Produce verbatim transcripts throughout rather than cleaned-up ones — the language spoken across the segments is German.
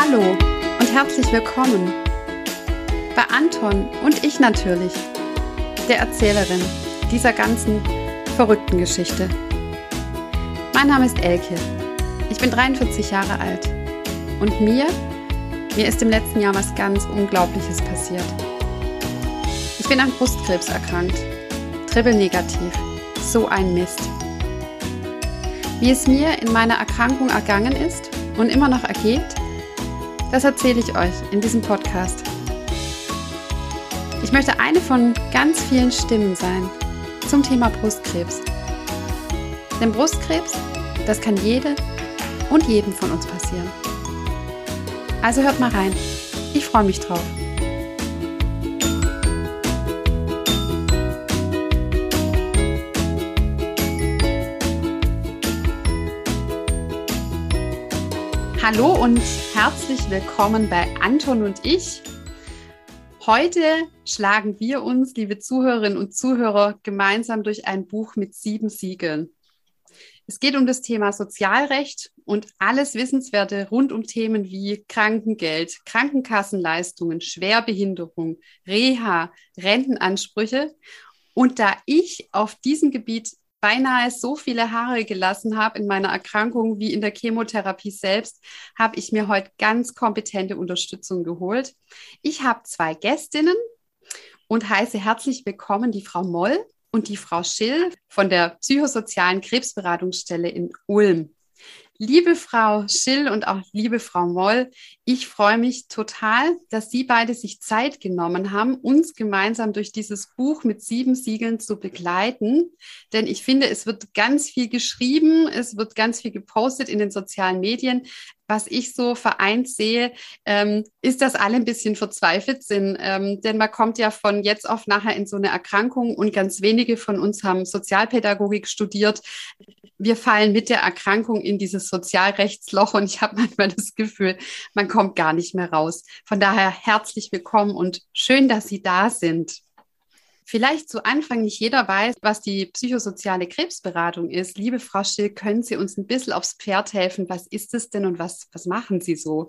Hallo und herzlich willkommen bei Anton und ich natürlich, der Erzählerin dieser ganzen verrückten Geschichte. Mein Name ist Elke, ich bin dreiundvierzig Jahre alt und mir, mir ist im letzten Jahr was ganz Unglaubliches passiert. Ich bin an Brustkrebs erkrankt, triple-negativ, so ein Mist. Wie es mir in meiner Erkrankung ergangen ist und immer noch ergeht, das erzähle ich euch in diesem Podcast. Ich möchte eine von ganz vielen Stimmen sein zum Thema Brustkrebs. Denn Brustkrebs, das kann jede und jedem von uns passieren. Also hört mal rein. Ich freue mich drauf. Hallo und herzlich willkommen bei Anton und ich. Heute schlagen wir uns, liebe Zuhörerinnen und Zuhörer, gemeinsam durch ein Buch mit sieben Siegeln. Es geht um das Thema Sozialrecht und alles Wissenswerte rund um Themen wie Krankengeld, Krankenkassenleistungen, Schwerbehinderung, Reha, Rentenansprüche. Und da ich auf diesem Gebiet beinahe so viele Haare gelassen habe in meiner Erkrankung wie in der Chemotherapie selbst, habe ich mir heute ganz kompetente Unterstützung geholt. Ich habe zwei Gästinnen und heiße herzlich willkommen die Frau Moll und die Frau Schill von der psychosozialen Krebsberatungsstelle in Ulm. Liebe Frau Schill und auch liebe Frau Moll, ich freue mich total, dass Sie beide sich Zeit genommen haben, uns gemeinsam durch dieses Buch mit sieben Siegeln zu begleiten. Denn ich finde, es wird ganz viel geschrieben, es wird ganz viel gepostet in den sozialen Medien. Was ich so vereint sehe, ähm, ist, dass alle ein bisschen verzweifelt sind. Ähm, denn man kommt ja von jetzt auf nachher in so eine Erkrankung und ganz wenige von uns haben Sozialpädagogik studiert. Wir fallen mit der Erkrankung in dieses Sozialrechtsloch und ich habe manchmal das Gefühl, man kommt gar nicht mehr raus. Von daher herzlich willkommen und schön, dass Sie da sind. Vielleicht zu Anfang, nicht jeder weiß, was die psychosoziale Krebsberatung ist. Liebe Frau Schill, können Sie uns ein bisschen aufs Pferd helfen? Was ist es denn und was, was machen Sie so?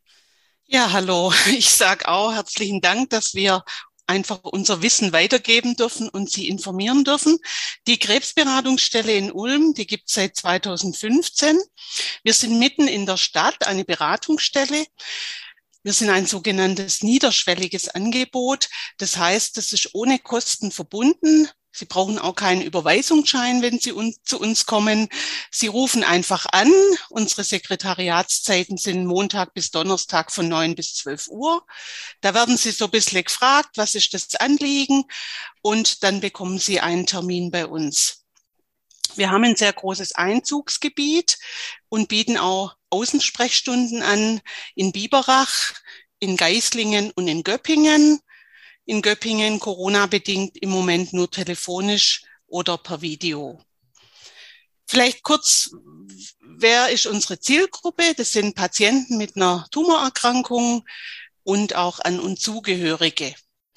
Ja, hallo. Ich sage auch herzlichen Dank, dass wir einfach unser Wissen weitergeben dürfen und Sie informieren dürfen. Die Krebsberatungsstelle in Ulm, die gibt es seit zweitausendfünfzehn. Wir sind mitten in der Stadt, eine Beratungsstelle. Wir sind ein sogenanntes niederschwelliges Angebot. Das heißt, das ist ohne Kosten verbunden. Sie brauchen auch keinen Überweisungsschein, wenn Sie uns, zu uns kommen. Sie rufen einfach an. Unsere Sekretariatszeiten sind Montag bis Donnerstag von neun bis zwölf Uhr. Da werden Sie so ein bisschen gefragt, was ist das Anliegen? Und dann bekommen Sie einen Termin bei uns. Wir haben ein sehr großes Einzugsgebiet und bieten auch Außensprechstunden an in Biberach, in Geislingen und in Göppingen. In Göppingen Corona-bedingt im Moment nur telefonisch oder per Video. Vielleicht kurz, wer ist unsere Zielgruppe? Das sind Patienten mit einer Tumorerkrankung und auch An- und Zugehörige.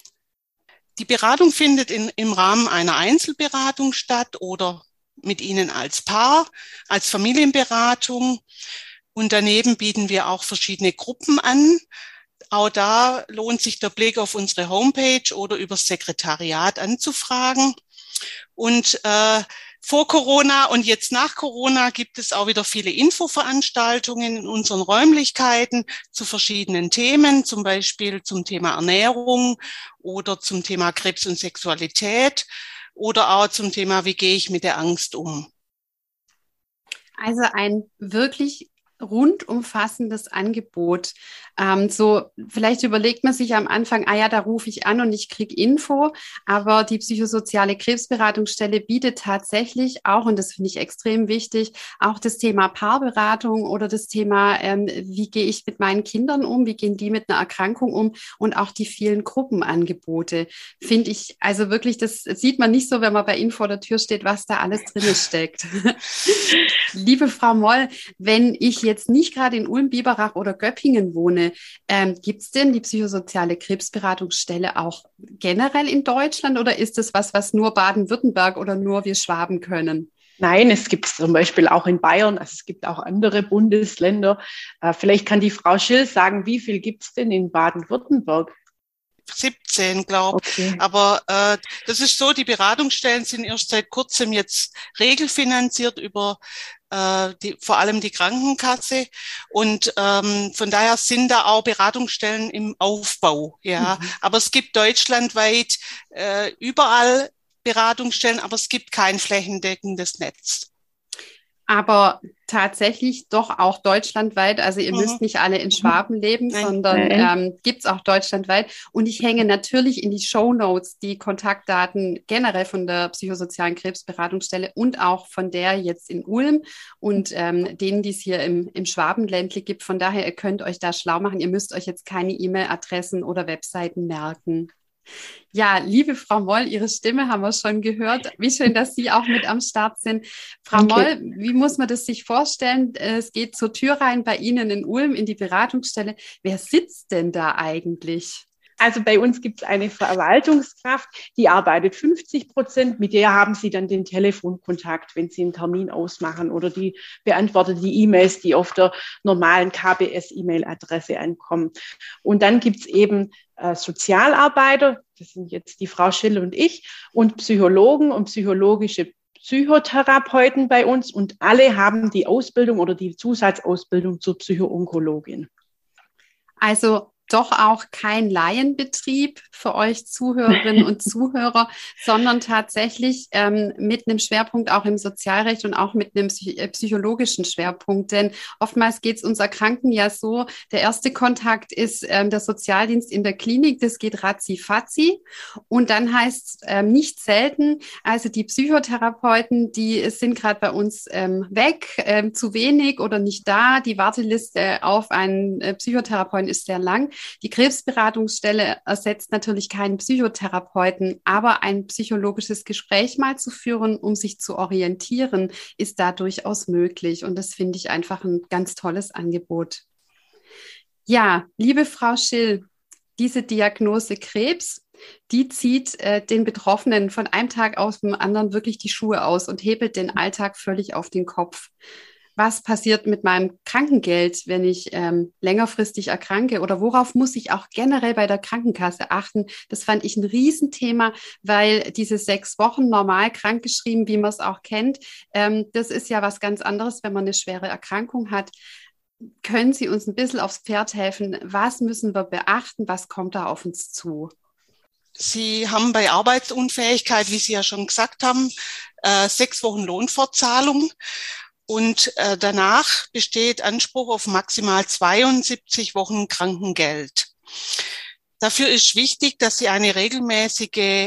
Die Beratung findet in, im Rahmen einer Einzelberatung statt oder mit Ihnen als Paar, als Familienberatung. Und daneben bieten wir auch verschiedene Gruppen an. Auch da lohnt sich der Blick auf unsere Homepage oder übers Sekretariat anzufragen. Und äh, vor Corona und jetzt nach Corona gibt es auch wieder viele Infoveranstaltungen in unseren Räumlichkeiten zu verschiedenen Themen, zum Beispiel zum Thema Ernährung oder zum Thema Krebs und Sexualität oder auch zum Thema, wie gehe ich mit der Angst um. Also ein wirklich rundumfassendes Angebot. Ähm, so vielleicht überlegt man sich am Anfang, ah ja, da rufe ich an und ich kriege Info, aber die psychosoziale Krebsberatungsstelle bietet tatsächlich auch, und das finde ich extrem wichtig, auch das Thema Paarberatung oder das Thema, ähm, wie gehe ich mit meinen Kindern um, wie gehen die mit einer Erkrankung um und auch die vielen Gruppenangebote, finde ich, also wirklich, das sieht man nicht so, wenn man bei Ihnen vor der Tür steht, was da alles drin steckt. Liebe Frau Moll, wenn ich jetzt nicht gerade in Ulm, Biberach oder Göppingen wohne, ähm, gibt es denn die psychosoziale Krebsberatungsstelle auch generell in Deutschland oder ist das was, was nur Baden-Württemberg oder nur wir Schwaben können? Nein, es gibt es zum Beispiel auch in Bayern, also es gibt auch andere Bundesländer. Äh, vielleicht kann die Frau Schill sagen, wie viel gibt es denn in Baden-Württemberg? siebzehn, glaube ich. Okay. Aber äh, das ist so, die Beratungsstellen sind erst seit kurzem jetzt regelfinanziert über äh, die, vor allem die Krankenkasse. Und ähm, von daher sind da auch Beratungsstellen im Aufbau. Ja, Mhm. aber es gibt deutschlandweit äh, überall Beratungsstellen, aber es gibt kein flächendeckendes Netz. Aber tatsächlich doch auch deutschlandweit. Also ihr Mhm. müsst nicht alle in Schwaben leben, Nein. sondern Nein. ähm, gibt's auch deutschlandweit. Und ich hänge natürlich in die Shownotes die Kontaktdaten generell von der psychosozialen Krebsberatungsstelle und auch von der jetzt in Ulm und ähm, denen, die es hier im, im Schwabenländle gibt. Von daher, ihr könnt euch da schlau machen. Ihr müsst euch jetzt keine E-Mail-Adressen oder Webseiten merken. Ja, liebe Frau Moll, Ihre Stimme haben wir schon gehört. Wie schön, dass Sie auch mit am Start sind. Frau Danke. Moll, wie muss man das sich vorstellen? Es geht zur Tür rein bei Ihnen in Ulm in die Beratungsstelle. Wer sitzt denn da eigentlich? Also bei uns gibt es eine Verwaltungskraft, die arbeitet fünfzig Prozent. Mit der haben Sie dann den Telefonkontakt, wenn Sie einen Termin ausmachen, oder die beantwortet die E-Mails, die auf der normalen K B S-E-Mail-Adresse ankommen. Und dann gibt es eben äh, Sozialarbeiter, das sind jetzt die Frau Schill und ich, und Psychologen und psychologische Psychotherapeuten bei uns, und alle haben die Ausbildung oder die Zusatzausbildung zur Psychoonkologin. Also doch auch kein Laienbetrieb für euch Zuhörerinnen und Zuhörer, sondern tatsächlich ähm, mit einem Schwerpunkt auch im Sozialrecht und auch mit einem psych- äh, psychologischen Schwerpunkt. Denn oftmals geht es uns Erkrankten ja so, der erste Kontakt ist ähm, der Sozialdienst in der Klinik, das geht ratzi-fatzi. Und dann heißt es ähm, nicht selten, also die Psychotherapeuten, die sind gerade bei uns ähm, weg, ähm, zu wenig oder nicht da. Die Warteliste auf einen äh, Psychotherapeuten ist sehr lang. Die Krebsberatungsstelle ersetzt natürlich keinen Psychotherapeuten, aber ein psychologisches Gespräch mal zu führen, um sich zu orientieren, ist da durchaus möglich. Und das finde ich einfach ein ganz tolles Angebot. Ja, liebe Frau Schill, diese Diagnose Krebs, die zieht äh, den Betroffenen von einem Tag auf den anderen wirklich die Schuhe aus und hebelt den Alltag völlig auf den Kopf. Was passiert mit meinem Krankengeld, wenn ich ähm, längerfristig erkranke, oder worauf muss ich auch generell bei der Krankenkasse achten? Das fand ich ein Riesenthema, weil diese sechs Wochen normal krankgeschrieben, wie man es auch kennt, ähm, das ist ja was ganz anderes, wenn man eine schwere Erkrankung hat. Können Sie uns ein bisschen aufs Pferd helfen? Was müssen wir beachten? Was kommt da auf uns zu? Sie haben bei Arbeitsunfähigkeit, wie Sie ja schon gesagt haben, äh, sechs Wochen Lohnfortzahlung. Und äh, danach besteht Anspruch auf maximal zweiundsiebzig Wochen Krankengeld. Dafür ist wichtig, dass Sie eine regelmäßige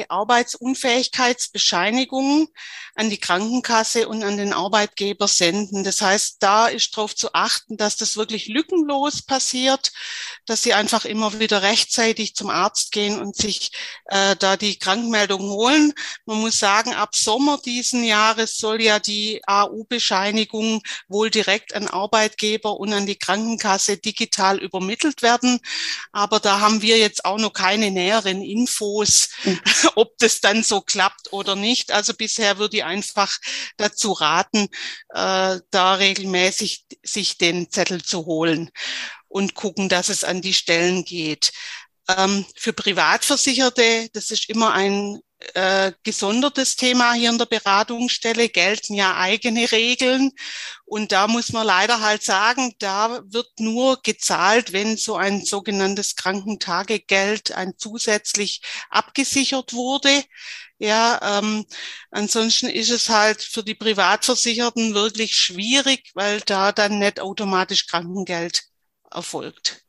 Arbeitsunfähigkeitsbescheinigung an die Krankenkasse und an den Arbeitgeber senden. Das heißt, da ist darauf zu achten, dass das wirklich lückenlos passiert, dass Sie einfach immer wieder rechtzeitig zum Arzt gehen und sich äh, da die Krankmeldung holen. Man muss sagen, ab Sommer diesen Jahres soll ja die A U-Bescheinigung wohl direkt an Arbeitgeber und an die Krankenkasse digital übermittelt werden. Aber da haben wir jetzt auch noch keine näheren Infos, mhm. ob das dann so klappt oder nicht. Also bisher würde ich einfach dazu raten, äh, da regelmäßig sich den Zettel zu holen und gucken, dass es an die Stellen geht. Ähm, für Privatversicherte, das ist immer ein äh, gesondertes Thema hier in der Beratungsstelle, gelten ja eigene Regeln. Und da muss man leider halt sagen, da wird nur gezahlt, wenn so ein sogenanntes Krankentagegeld ein zusätzlich abgesichert wurde. Ja, ähm, ansonsten ist es halt für die Privatversicherten wirklich schwierig, weil da dann nicht automatisch Krankengeld erfolgt.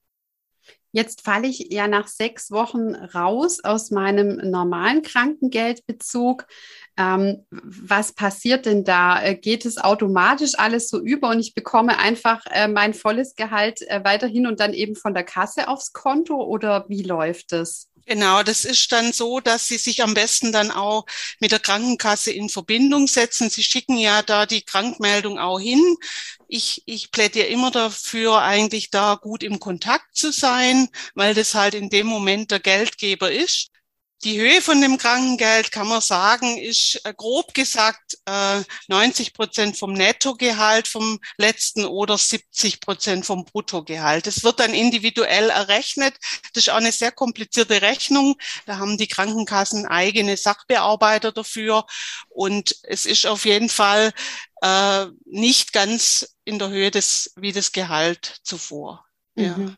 Jetzt falle ich ja nach sechs Wochen raus aus meinem normalen Krankengeldbezug. Ähm, was passiert denn da? Geht es automatisch alles so über und ich bekomme einfach äh, mein volles Gehalt äh, weiterhin und dann eben von der Kasse aufs Konto, oder wie läuft es? Genau, das ist dann so, dass Sie sich am besten dann auch mit der Krankenkasse in Verbindung setzen. Sie schicken ja da die Krankmeldung auch hin. Ich, ich plädiere immer dafür, eigentlich da gut im Kontakt zu sein, weil das halt in dem Moment der Geldgeber ist. Die Höhe von dem Krankengeld, kann man sagen, ist äh, grob gesagt äh, neunzig Prozent vom Nettogehalt vom letzten oder siebzig Prozent vom Bruttogehalt. Das wird dann individuell errechnet. Das ist auch eine sehr komplizierte Rechnung. Da haben die Krankenkassen eigene Sachbearbeiter dafür. Und es ist auf jeden Fall äh, nicht ganz in der Höhe des wie das Gehalt zuvor. Mhm. Ja.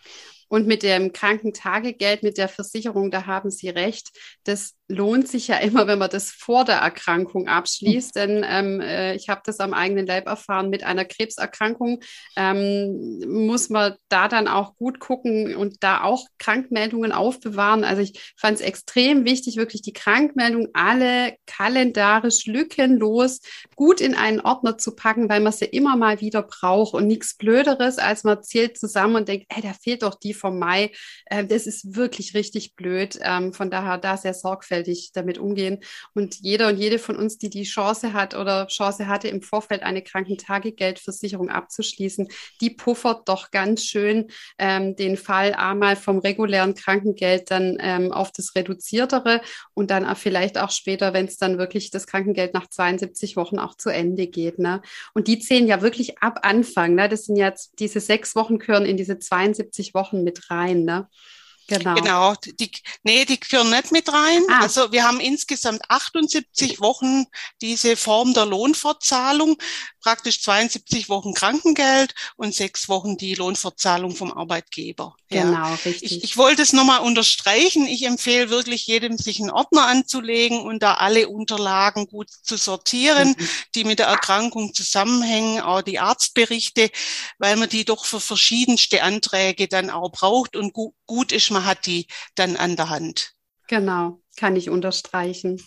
Und mit dem Krankentagegeld, mit der Versicherung, da haben Sie recht. Das lohnt sich ja immer, wenn man das vor der Erkrankung abschließt. Denn ähm, äh, ich habe das am eigenen Leib erfahren, mit einer Krebserkrankung ähm, muss man da dann auch gut gucken und da auch Krankmeldungen aufbewahren. Also ich fand es extrem wichtig, wirklich die Krankmeldung alle kalendarisch lückenlos gut in einen Ordner zu packen, weil man sie immer mal wieder braucht und nichts Blöderes, als man zählt zusammen und denkt, hey, da fehlt doch die vom Mai. Äh, das ist wirklich richtig blöd. Ähm, von daher da sehr sorgfältig damit umgehen. Und jeder und jede von uns, die die Chance hat oder Chance hatte, im Vorfeld eine Krankentagegeldversicherung abzuschließen, die puffert doch ganz schön ähm, den Fall einmal vom regulären Krankengeld dann ähm, auf das reduziertere und dann auch vielleicht auch später, wenn es dann wirklich das Krankengeld nach zweiundsiebzig Wochen auch zu Ende geht. Ne? Und die zählen ja wirklich ab Anfang. Ne? Das sind jetzt diese sechs Wochen gehören in diese zweiundsiebzig Wochen mit rein. Ne? Genau. Genau, die, nee, die gehören nicht mit rein. Ah. Also wir haben insgesamt achtundsiebzig Wochen diese Form der Lohnfortzahlung, praktisch zweiundsiebzig Wochen Krankengeld und sechs Wochen die Lohnfortzahlung vom Arbeitgeber. Genau, ja. richtig. Ich, ich wollte es nochmal unterstreichen. Ich empfehle wirklich jedem, sich einen Ordner anzulegen und da alle Unterlagen gut zu sortieren, mhm. die mit der Erkrankung zusammenhängen, auch die Arztberichte, weil man die doch für verschiedenste Anträge dann auch braucht und gu- gut ist, man hat die dann an der Hand. Genau, kann ich unterstreichen.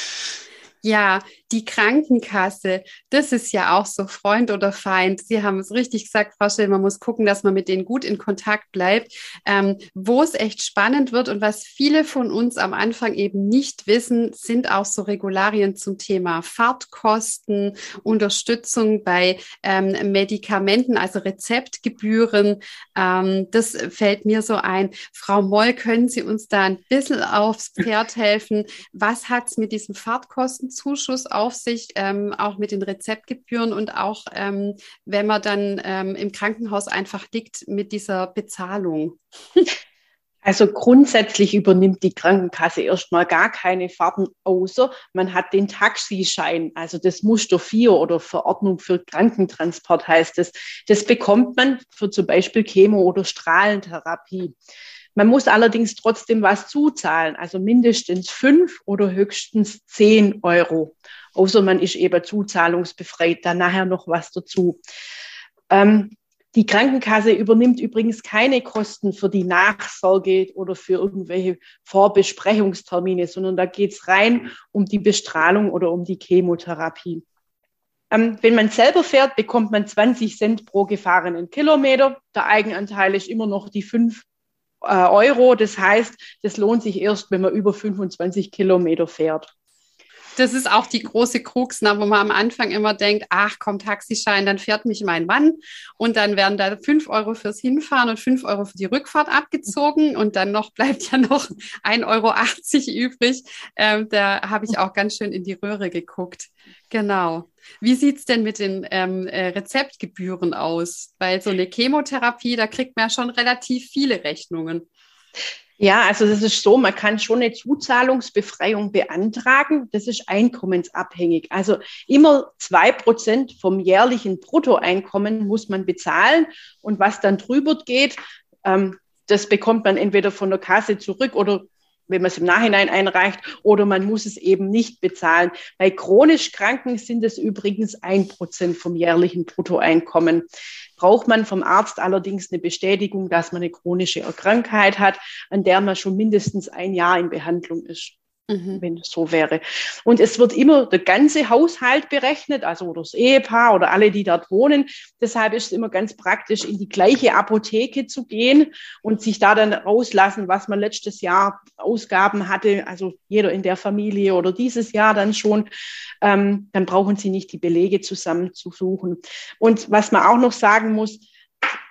Ja, die Krankenkasse, das ist ja auch so Freund oder Feind. Sie haben es richtig gesagt, Frau Schill, man muss gucken, dass man mit denen gut in Kontakt bleibt. Ähm, wo es echt spannend wird und was viele von uns am Anfang eben nicht wissen, sind auch so Regularien zum Thema Fahrtkosten, Unterstützung bei ähm, Medikamenten, also Rezeptgebühren. Ähm, das fällt mir so ein. Frau Moll, können Sie uns da ein bisschen aufs Pferd helfen? Was hat es mit diesem Fahrtkostenzuschuss auf sich, ähm, auch mit den Rezeptgebühren und auch, ähm, wenn man dann ähm, im Krankenhaus einfach liegt mit dieser Bezahlung? Also grundsätzlich übernimmt die Krankenkasse erstmal gar keine Fahrten, außer man hat den Taxischein, also das Muster vier oder Verordnung für Krankentransport heißt es. Das bekommt man für zum Beispiel Chemo- oder Strahlentherapie. Man muss allerdings trotzdem was zuzahlen, also mindestens fünf oder höchstens zehn Euro. Außer man ist eben zuzahlungsbefreit, dann nachher noch was dazu. Ähm, die Krankenkasse übernimmt übrigens keine Kosten für die Nachsorge oder für irgendwelche Vorbesprechungstermine, sondern da geht es rein um die Bestrahlung oder um die Chemotherapie. Ähm, wenn man selber fährt, bekommt man zwanzig Cent pro gefahrenen Kilometer. Der Eigenanteil ist immer noch die fünf Euro. Das heißt, das lohnt sich erst, wenn man über fünfundzwanzig Kilometer fährt. Das ist auch die große Krux, wo man am Anfang immer denkt, ach komm, Taxischein, dann fährt mich mein Mann und dann werden da fünf Euro fürs Hinfahren und fünf Euro für die Rückfahrt abgezogen und dann noch bleibt ja noch ein Euro achtzig übrig. Ähm, da habe ich auch ganz schön in die Röhre geguckt. Genau. Wie sieht es denn mit den ähm, äh, Rezeptgebühren aus? Weil so eine Chemotherapie, da kriegt man ja schon relativ viele Rechnungen. Ja, also das ist so, man kann schon eine Zuzahlungsbefreiung beantragen. Das ist einkommensabhängig. Also immer zwei Prozent vom jährlichen Bruttoeinkommen muss man bezahlen. Und was dann drüber geht, ähm, das bekommt man entweder von der Kasse zurück oder wenn man es im Nachhinein einreicht, oder man muss es eben nicht bezahlen. Bei chronisch Kranken sind es übrigens ein Prozent vom jährlichen Bruttoeinkommen. Braucht man vom Arzt allerdings eine Bestätigung, dass man eine chronische Krankheit hat, an der man schon mindestens ein Jahr in Behandlung ist. Mhm. Wenn es so wäre. Und es wird immer der ganze Haushalt berechnet, also oder das Ehepaar oder alle, die dort wohnen. Deshalb ist es immer ganz praktisch, in die gleiche Apotheke zu gehen und sich da dann rauslassen, was man letztes Jahr Ausgaben hatte, also jeder in der Familie oder dieses Jahr dann schon. Ähm, dann brauchen Sie nicht die Belege zusammenzusuchen. Und was man auch noch sagen muss,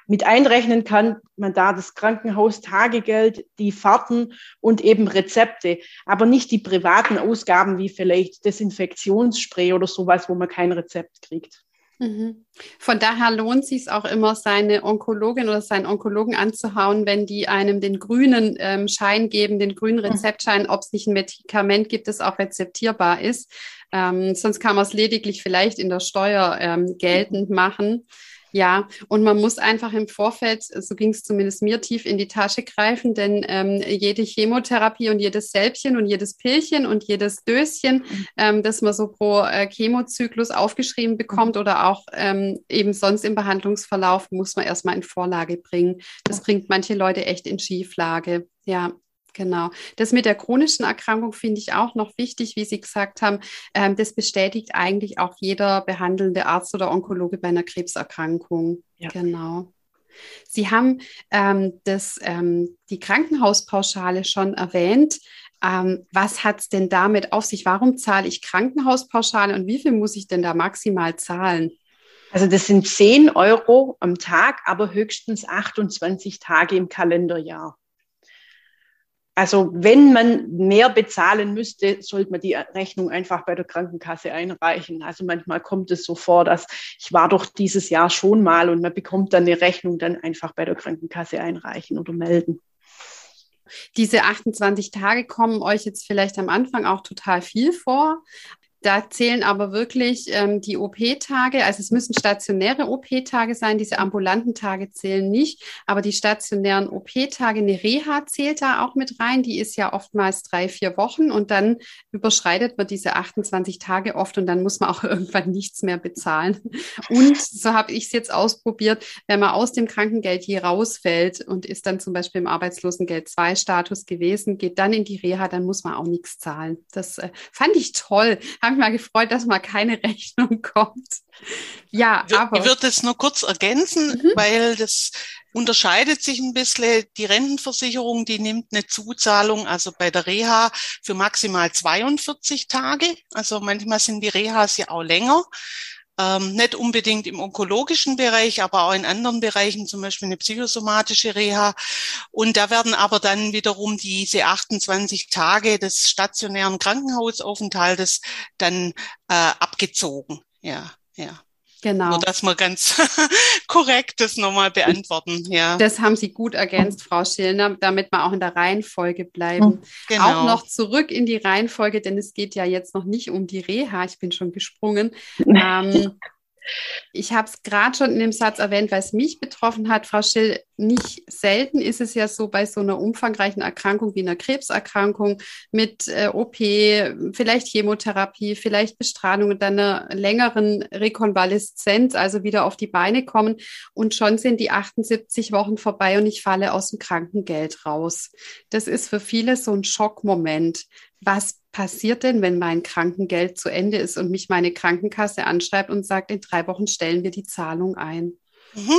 Mit einrechnen kann man da das Krankenhaustagegeld, die Fahrten und eben Rezepte, aber nicht die privaten Ausgaben wie vielleicht Desinfektionsspray oder sowas, wo man kein Rezept kriegt. Mhm. Von daher lohnt es sich auch immer, seine Onkologin oder seinen Onkologen anzuhauen, wenn die einem den grünen ähm, Schein geben, den grünen Rezeptschein, ob es nicht ein Medikament gibt, das auch rezeptierbar ist. Ähm, sonst kann man es lediglich vielleicht in der Steuer ähm, geltend machen. Ja, und man muss einfach im Vorfeld, so ging es zumindest mir, tief in die Tasche greifen, denn ähm, jede Chemotherapie und jedes Sälbchen und jedes Pillchen und jedes Döschen, ähm, das man so pro äh, Chemozyklus aufgeschrieben bekommt oder auch ähm, eben sonst im Behandlungsverlauf, muss man erstmal in Vorlage bringen. Das bringt manche Leute echt in Schieflage. Ja. Genau. Das mit der chronischen Erkrankung finde ich auch noch wichtig, wie Sie gesagt haben. Ähm, das bestätigt eigentlich auch jeder behandelnde Arzt oder Onkologe bei einer Krebserkrankung. Ja. Genau. Sie haben ähm, das, ähm, die Krankenhauspauschale schon erwähnt. Ähm, was hat es denn damit auf sich? Warum zahle ich Krankenhauspauschale und wie viel muss ich denn da maximal zahlen? Also das sind zehn Euro am Tag, aber höchstens achtundzwanzig Tage im Kalenderjahr. Also wenn man mehr bezahlen müsste, sollte man die Rechnung einfach bei der Krankenkasse einreichen. Also manchmal kommt es so vor, dass ich war doch dieses Jahr schon mal und man bekommt dann eine Rechnung, dann einfach bei der Krankenkasse einreichen oder melden. Diese achtundzwanzig Tage kommen euch jetzt vielleicht am Anfang auch total viel vor. Da zählen aber wirklich ähm, die O P-Tage, also es müssen stationäre O P-Tage sein, diese ambulanten Tage zählen nicht, aber die stationären O P-Tage, eine Reha zählt da auch mit rein, die ist ja oftmals drei, vier Wochen und dann überschreitet man diese achtundzwanzig Tage oft und dann muss man auch irgendwann nichts mehr bezahlen. Und so habe ich es jetzt ausprobiert, wenn man aus dem Krankengeld hier rausfällt und ist dann zum Beispiel im Arbeitslosengeld zwei Status gewesen, geht dann in die Reha, dann muss man auch nichts zahlen. Das äh, fand ich toll. Habe mich mal gefreut, dass mal keine Rechnung kommt. Ja, aber... Ich würde es nur kurz ergänzen, mhm. weil das unterscheidet sich ein bisschen. Die Rentenversicherung, die nimmt eine Zuzahlung, also bei der Reha für maximal zweiundvierzig Tage. Also manchmal sind die Rehas ja auch länger. Ähm, nicht unbedingt im onkologischen Bereich, aber auch in anderen Bereichen, zum Beispiel eine psychosomatische Reha. Und da werden aber dann wiederum diese achtundzwanzig Tage des stationären Krankenhausaufenthaltes dann äh, abgezogen. Ja, ja. Genau. Nur, dass wir ganz korrekt das nochmal beantworten. Ja. Das haben Sie gut ergänzt, Frau Schillner, damit wir auch in der Reihenfolge bleiben. Genau. Auch noch zurück in die Reihenfolge, denn es geht ja jetzt noch nicht um die Reha. Ich bin schon gesprungen. ähm, ich habe es gerade schon in dem Satz erwähnt, weil es mich betroffen hat, Frau Schill. Nicht selten ist es ja so bei so einer umfangreichen Erkrankung wie einer Krebserkrankung mit äh, O P, vielleicht Chemotherapie, vielleicht Bestrahlung und dann einer längeren Rekonvaleszenz, also wieder auf die Beine kommen. Und schon sind die achtundsiebzig Wochen vorbei und ich falle aus dem Krankengeld raus. Das ist für viele so ein Schockmoment. Was passiert denn, wenn mein Krankengeld zu Ende ist und mich meine Krankenkasse anschreibt und sagt, in drei Wochen stellen wir die Zahlung ein? Mhm.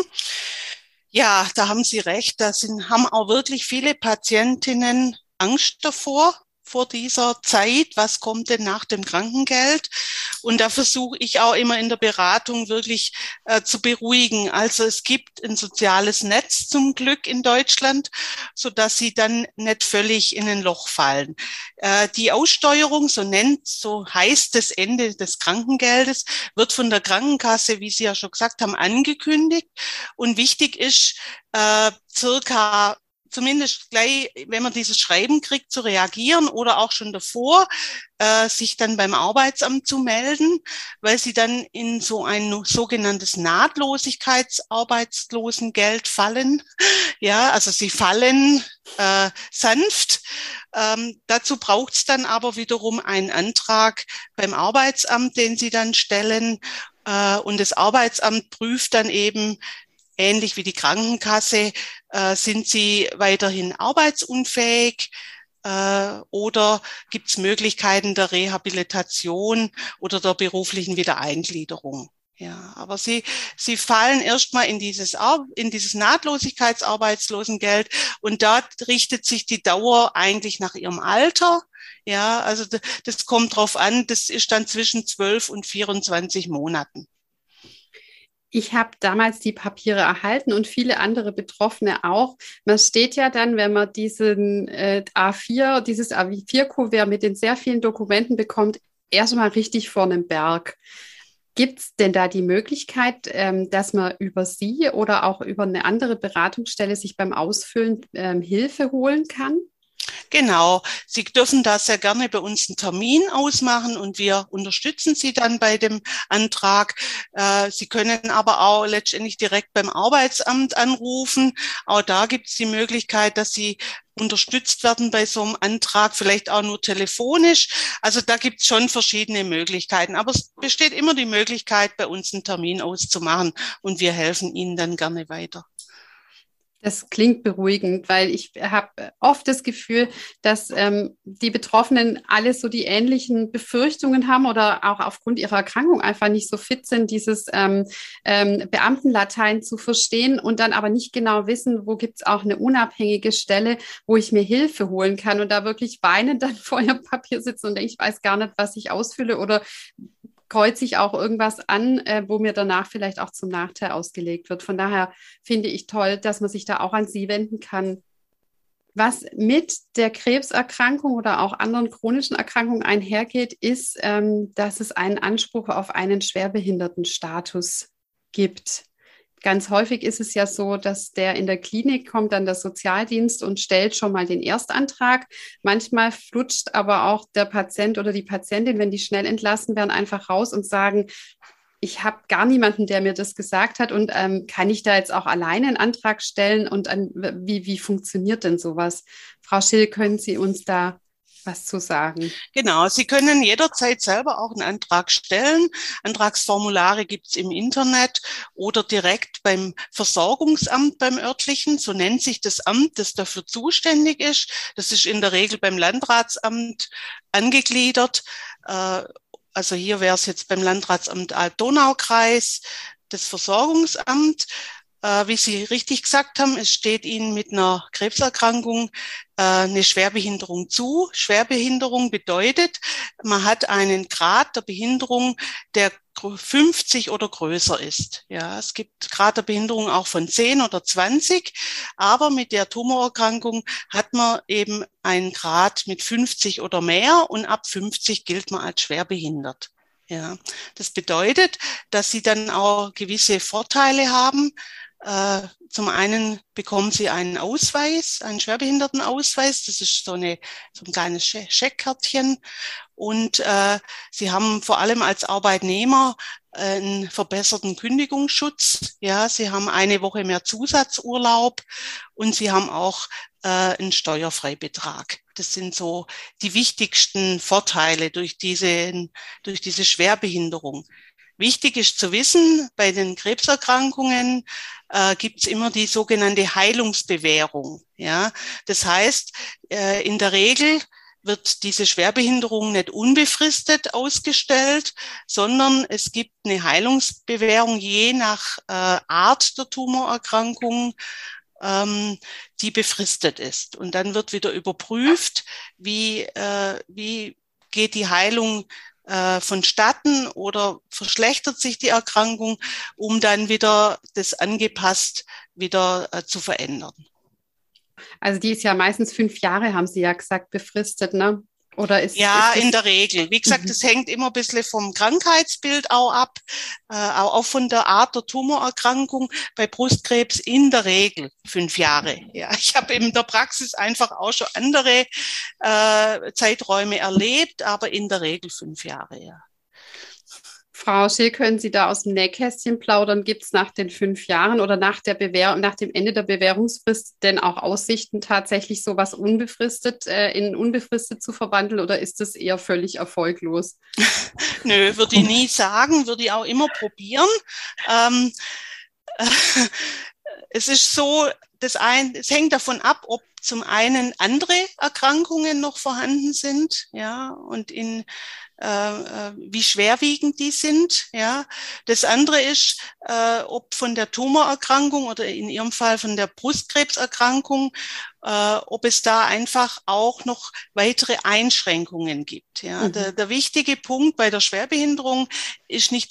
Ja, da haben Sie recht. Da sind, haben auch wirklich viele Patientinnen Angst davor, vor dieser Zeit. Was kommt denn nach dem Krankengeld? Und da versuche ich auch immer in der Beratung wirklich äh, zu beruhigen. Also es gibt ein soziales Netz zum Glück in Deutschland, so dass sie dann nicht völlig in ein Loch fallen. Äh, die Aussteuerung, so nennt, so heißt das Ende des Krankengeldes, wird von der Krankenkasse, wie Sie ja schon gesagt haben, angekündigt. Und wichtig ist, äh, circa zumindest gleich, wenn man dieses Schreiben kriegt, zu reagieren oder auch schon davor, äh, sich dann beim Arbeitsamt zu melden, weil sie dann in so ein sogenanntes Nahtlosigkeitsarbeitslosengeld fallen. Ja, also sie fallen äh, sanft. Ähm, dazu braucht es dann aber wiederum einen Antrag beim Arbeitsamt, den sie dann stellen. Äh, und das Arbeitsamt prüft dann eben, ähnlich wie die Krankenkasse, äh, sind sie weiterhin arbeitsunfähig äh, oder gibt es Möglichkeiten der Rehabilitation oder der beruflichen Wiedereingliederung. Ja, aber sie, sie fallen erstmal in dieses, in dieses Nahtlosigkeitsarbeitslosengeld und da richtet sich die Dauer eigentlich nach ihrem Alter. Ja, also das, das kommt drauf an, das ist dann zwischen zwölf und vierundzwanzig Monaten. Ich habe damals die Papiere erhalten und viele andere Betroffene auch. Man steht ja dann, wenn man diesen äh, A vier, dieses A vier Kuvert mit den sehr vielen Dokumenten bekommt, erstmal richtig vor einem Berg. Gibt es denn da die Möglichkeit, ähm, dass man über Sie oder auch über eine andere Beratungsstelle sich beim Ausfüllen ähm, Hilfe holen kann? Genau, Sie dürfen da sehr gerne bei uns einen Termin ausmachen und wir unterstützen Sie dann bei dem Antrag. Äh, Sie können aber auch letztendlich direkt beim Arbeitsamt anrufen. Auch da gibt es die Möglichkeit, dass Sie unterstützt werden bei so einem Antrag, vielleicht auch nur telefonisch. Also da gibt es schon verschiedene Möglichkeiten. Aber es besteht immer die Möglichkeit, bei uns einen Termin auszumachen und wir helfen Ihnen dann gerne weiter. Das klingt beruhigend, weil ich habe oft das Gefühl, dass ähm, die Betroffenen alle so die ähnlichen Befürchtungen haben oder auch aufgrund ihrer Erkrankung einfach nicht so fit sind, dieses ähm, ähm, Beamtenlatein zu verstehen und dann aber nicht genau wissen, wo gibt es auch eine unabhängige Stelle, wo ich mir Hilfe holen kann und da wirklich weinend dann vor ihrem Papier sitzen und denke, ich weiß gar nicht, was ich ausfülle oder kreuze ich auch irgendwas an, äh, wo mir danach vielleicht auch zum Nachteil ausgelegt wird. Von daher finde ich toll, dass man sich da auch an Sie wenden kann. Was mit der Krebserkrankung oder auch anderen chronischen Erkrankungen einhergeht, ist, ähm, dass es einen Anspruch auf einen Schwerbehindertenstatus gibt. Ganz häufig ist es ja so, dass der in der Klinik kommt, dann der Sozialdienst und stellt schon mal den Erstantrag. Manchmal flutscht aber auch der Patient oder die Patientin, wenn die schnell entlassen werden, einfach raus und sagen, ich habe gar niemanden, der mir das gesagt hat und ähm, kann ich da jetzt auch alleine einen Antrag stellen und an, wie, wie funktioniert denn sowas? Frau Schill, können Sie uns da was zu sagen? Genau, Sie können jederzeit selber auch einen Antrag stellen. Antragsformulare gibt's im Internet oder direkt beim Versorgungsamt, beim örtlichen. So nennt sich das Amt, das dafür zuständig ist. Das ist in der Regel beim Landratsamt angegliedert. Also hier wäre es jetzt beim Landratsamt Alt-Donau-Kreis, das Versorgungsamt. Äh, wie Sie richtig gesagt haben, es steht Ihnen mit einer Krebserkrankung äh, eine Schwerbehinderung zu. Schwerbehinderung bedeutet, man hat einen Grad der Behinderung, der fünfzig oder größer ist. Ja, es gibt Grad der Behinderung auch von zehn oder zwanzig, aber mit der Tumorerkrankung hat man eben einen Grad mit fünfzig oder mehr und ab fünfzig gilt man als schwerbehindert. Ja, das bedeutet, dass Sie dann auch gewisse Vorteile haben. Uh, zum einen bekommen Sie einen Ausweis, einen Schwerbehindertenausweis. Das ist so, eine, so ein kleines Scheckkärtchen. Und uh, Sie haben vor allem als Arbeitnehmer einen verbesserten Kündigungsschutz. Ja, Sie haben eine Woche mehr Zusatzurlaub und Sie haben auch uh, einen Steuerfreibetrag. Das sind so die wichtigsten Vorteile durch diese, durch diese Schwerbehinderung. Wichtig ist zu wissen, bei den Krebserkrankungen äh, gibt es immer die sogenannte Heilungsbewährung. Ja, das heißt, äh, in der Regel wird diese Schwerbehinderung nicht unbefristet ausgestellt, sondern es gibt eine Heilungsbewährung je nach äh, Art der Tumorerkrankung, ähm, die befristet ist. Und dann wird wieder überprüft, wie, äh, wie geht die Heilung vonstatten oder verschlechtert sich die Erkrankung, um dann wieder das angepasst wieder äh, zu verändern. Also die ist ja meistens fünf Jahre, haben Sie ja gesagt, befristet, ne? Oder ist, ja, ist das... in der Regel. Wie gesagt, es mhm. hängt immer ein bisschen vom Krankheitsbild auch ab, äh, auch von der Art der Tumorerkrankung. Bei Brustkrebs in der Regel fünf Jahre. Ja, ich habe in der Praxis einfach auch schon andere äh, Zeiträume erlebt, aber in der Regel fünf Jahre, ja. Frau Schill, können Sie da aus dem Nähkästchen plaudern? Gibt es nach den fünf Jahren oder nach der Bewährung, nach dem Ende der Bewährungsfrist denn auch Aussichten, tatsächlich sowas unbefristet äh, in unbefristet zu verwandeln oder ist das eher völlig erfolglos? Nö, würde ich nie sagen, würde ich auch immer probieren. Ähm, äh, es ist so, das ein, es hängt davon ab, ob zum einen andere Erkrankungen noch vorhanden sind, ja, und in äh, wie schwerwiegend die sind, ja. Das andere ist, äh, ob von der Tumorerkrankung oder in Ihrem Fall von der Brustkrebserkrankung, äh, ob es da einfach auch noch weitere Einschränkungen gibt, ja. Mhm. Der, der wichtige Punkt bei der Schwerbehinderung ist nicht die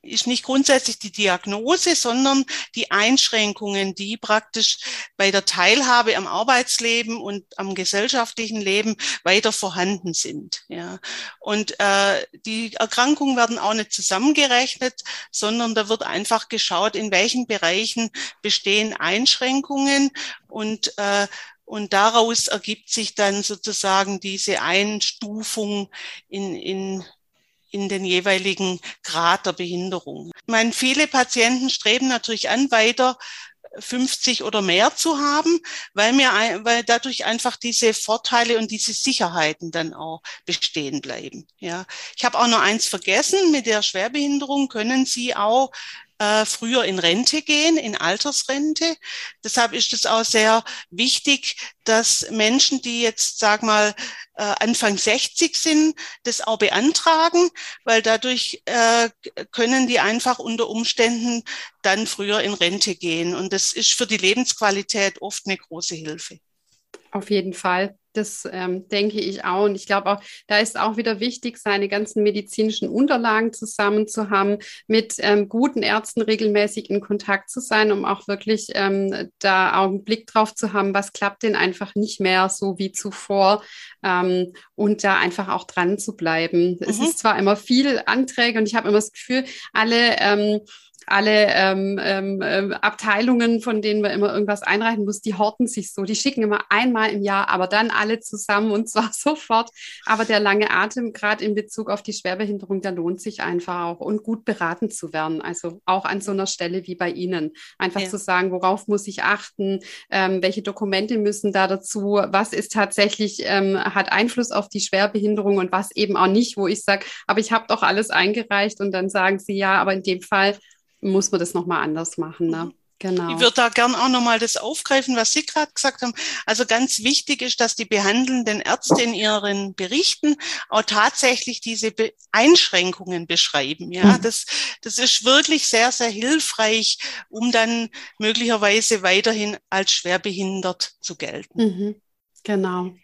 ist nicht grundsätzlich die Diagnose, sondern die Einschränkungen, die praktisch bei der Teilhabe am Arbeitsleben und am gesellschaftlichen Leben weiter vorhanden sind. Ja. Und äh, die Erkrankungen werden auch nicht zusammengerechnet, sondern da wird einfach geschaut, in welchen Bereichen bestehen Einschränkungen und äh, und daraus ergibt sich dann sozusagen diese Einstufung in in in den jeweiligen Grad der Behinderung. Ich meine, viele Patienten streben natürlich an, weiter fünfzig oder mehr zu haben, weil mir, weil dadurch einfach diese Vorteile und diese Sicherheiten dann auch bestehen bleiben. Ja, ich habe auch noch eins vergessen: Mit der Schwerbehinderung können Sie auch äh, früher in Rente gehen, in Altersrente. Deshalb ist es auch sehr wichtig, dass Menschen, die jetzt, sag mal, äh, Anfang sechzig sind, das auch beantragen, weil dadurch äh, können die einfach unter Umständen dann früher in Rente gehen. Und das ist für die Lebensqualität oft eine große Hilfe. Auf jeden Fall. Das ähm, denke ich auch. Und ich glaube auch, da ist auch wieder wichtig, seine ganzen medizinischen Unterlagen zusammen zu haben, mit ähm, guten Ärzten regelmäßig in Kontakt zu sein, um auch wirklich ähm, da auch einen Blick drauf zu haben, was klappt denn einfach nicht mehr so wie zuvor, ähm, und da einfach auch dran zu bleiben. Mhm. Es ist zwar immer viel Anträge und ich habe immer das Gefühl, alle ähm, alle ähm, ähm, Abteilungen, von denen man immer irgendwas einreichen muss, die horten sich so. Die schicken immer einmal im Jahr, aber dann alle zusammen und zwar sofort. Aber der lange Atem, gerade in Bezug auf die Schwerbehinderung, der lohnt sich einfach auch und gut beraten zu werden. Also auch an so einer Stelle wie bei Ihnen. Einfach ja. zu sagen, worauf muss ich achten, ähm, welche Dokumente müssen da dazu, was ist tatsächlich, ähm, hat Einfluss auf die Schwerbehinderung und was eben auch nicht, wo ich sage, aber ich habe doch alles eingereicht und dann sagen sie, ja, aber in dem Fall muss man das nochmal anders machen, ne? Genau. Ich würde da gern auch nochmal das aufgreifen, was Sie gerade gesagt haben. Also ganz wichtig ist, dass die behandelnden Ärzte in ihren Berichten auch tatsächlich diese Be- Einschränkungen beschreiben. Ja, mhm. das, das ist wirklich sehr, sehr hilfreich, um dann möglicherweise weiterhin als schwerbehindert zu gelten. Mhm. Genau.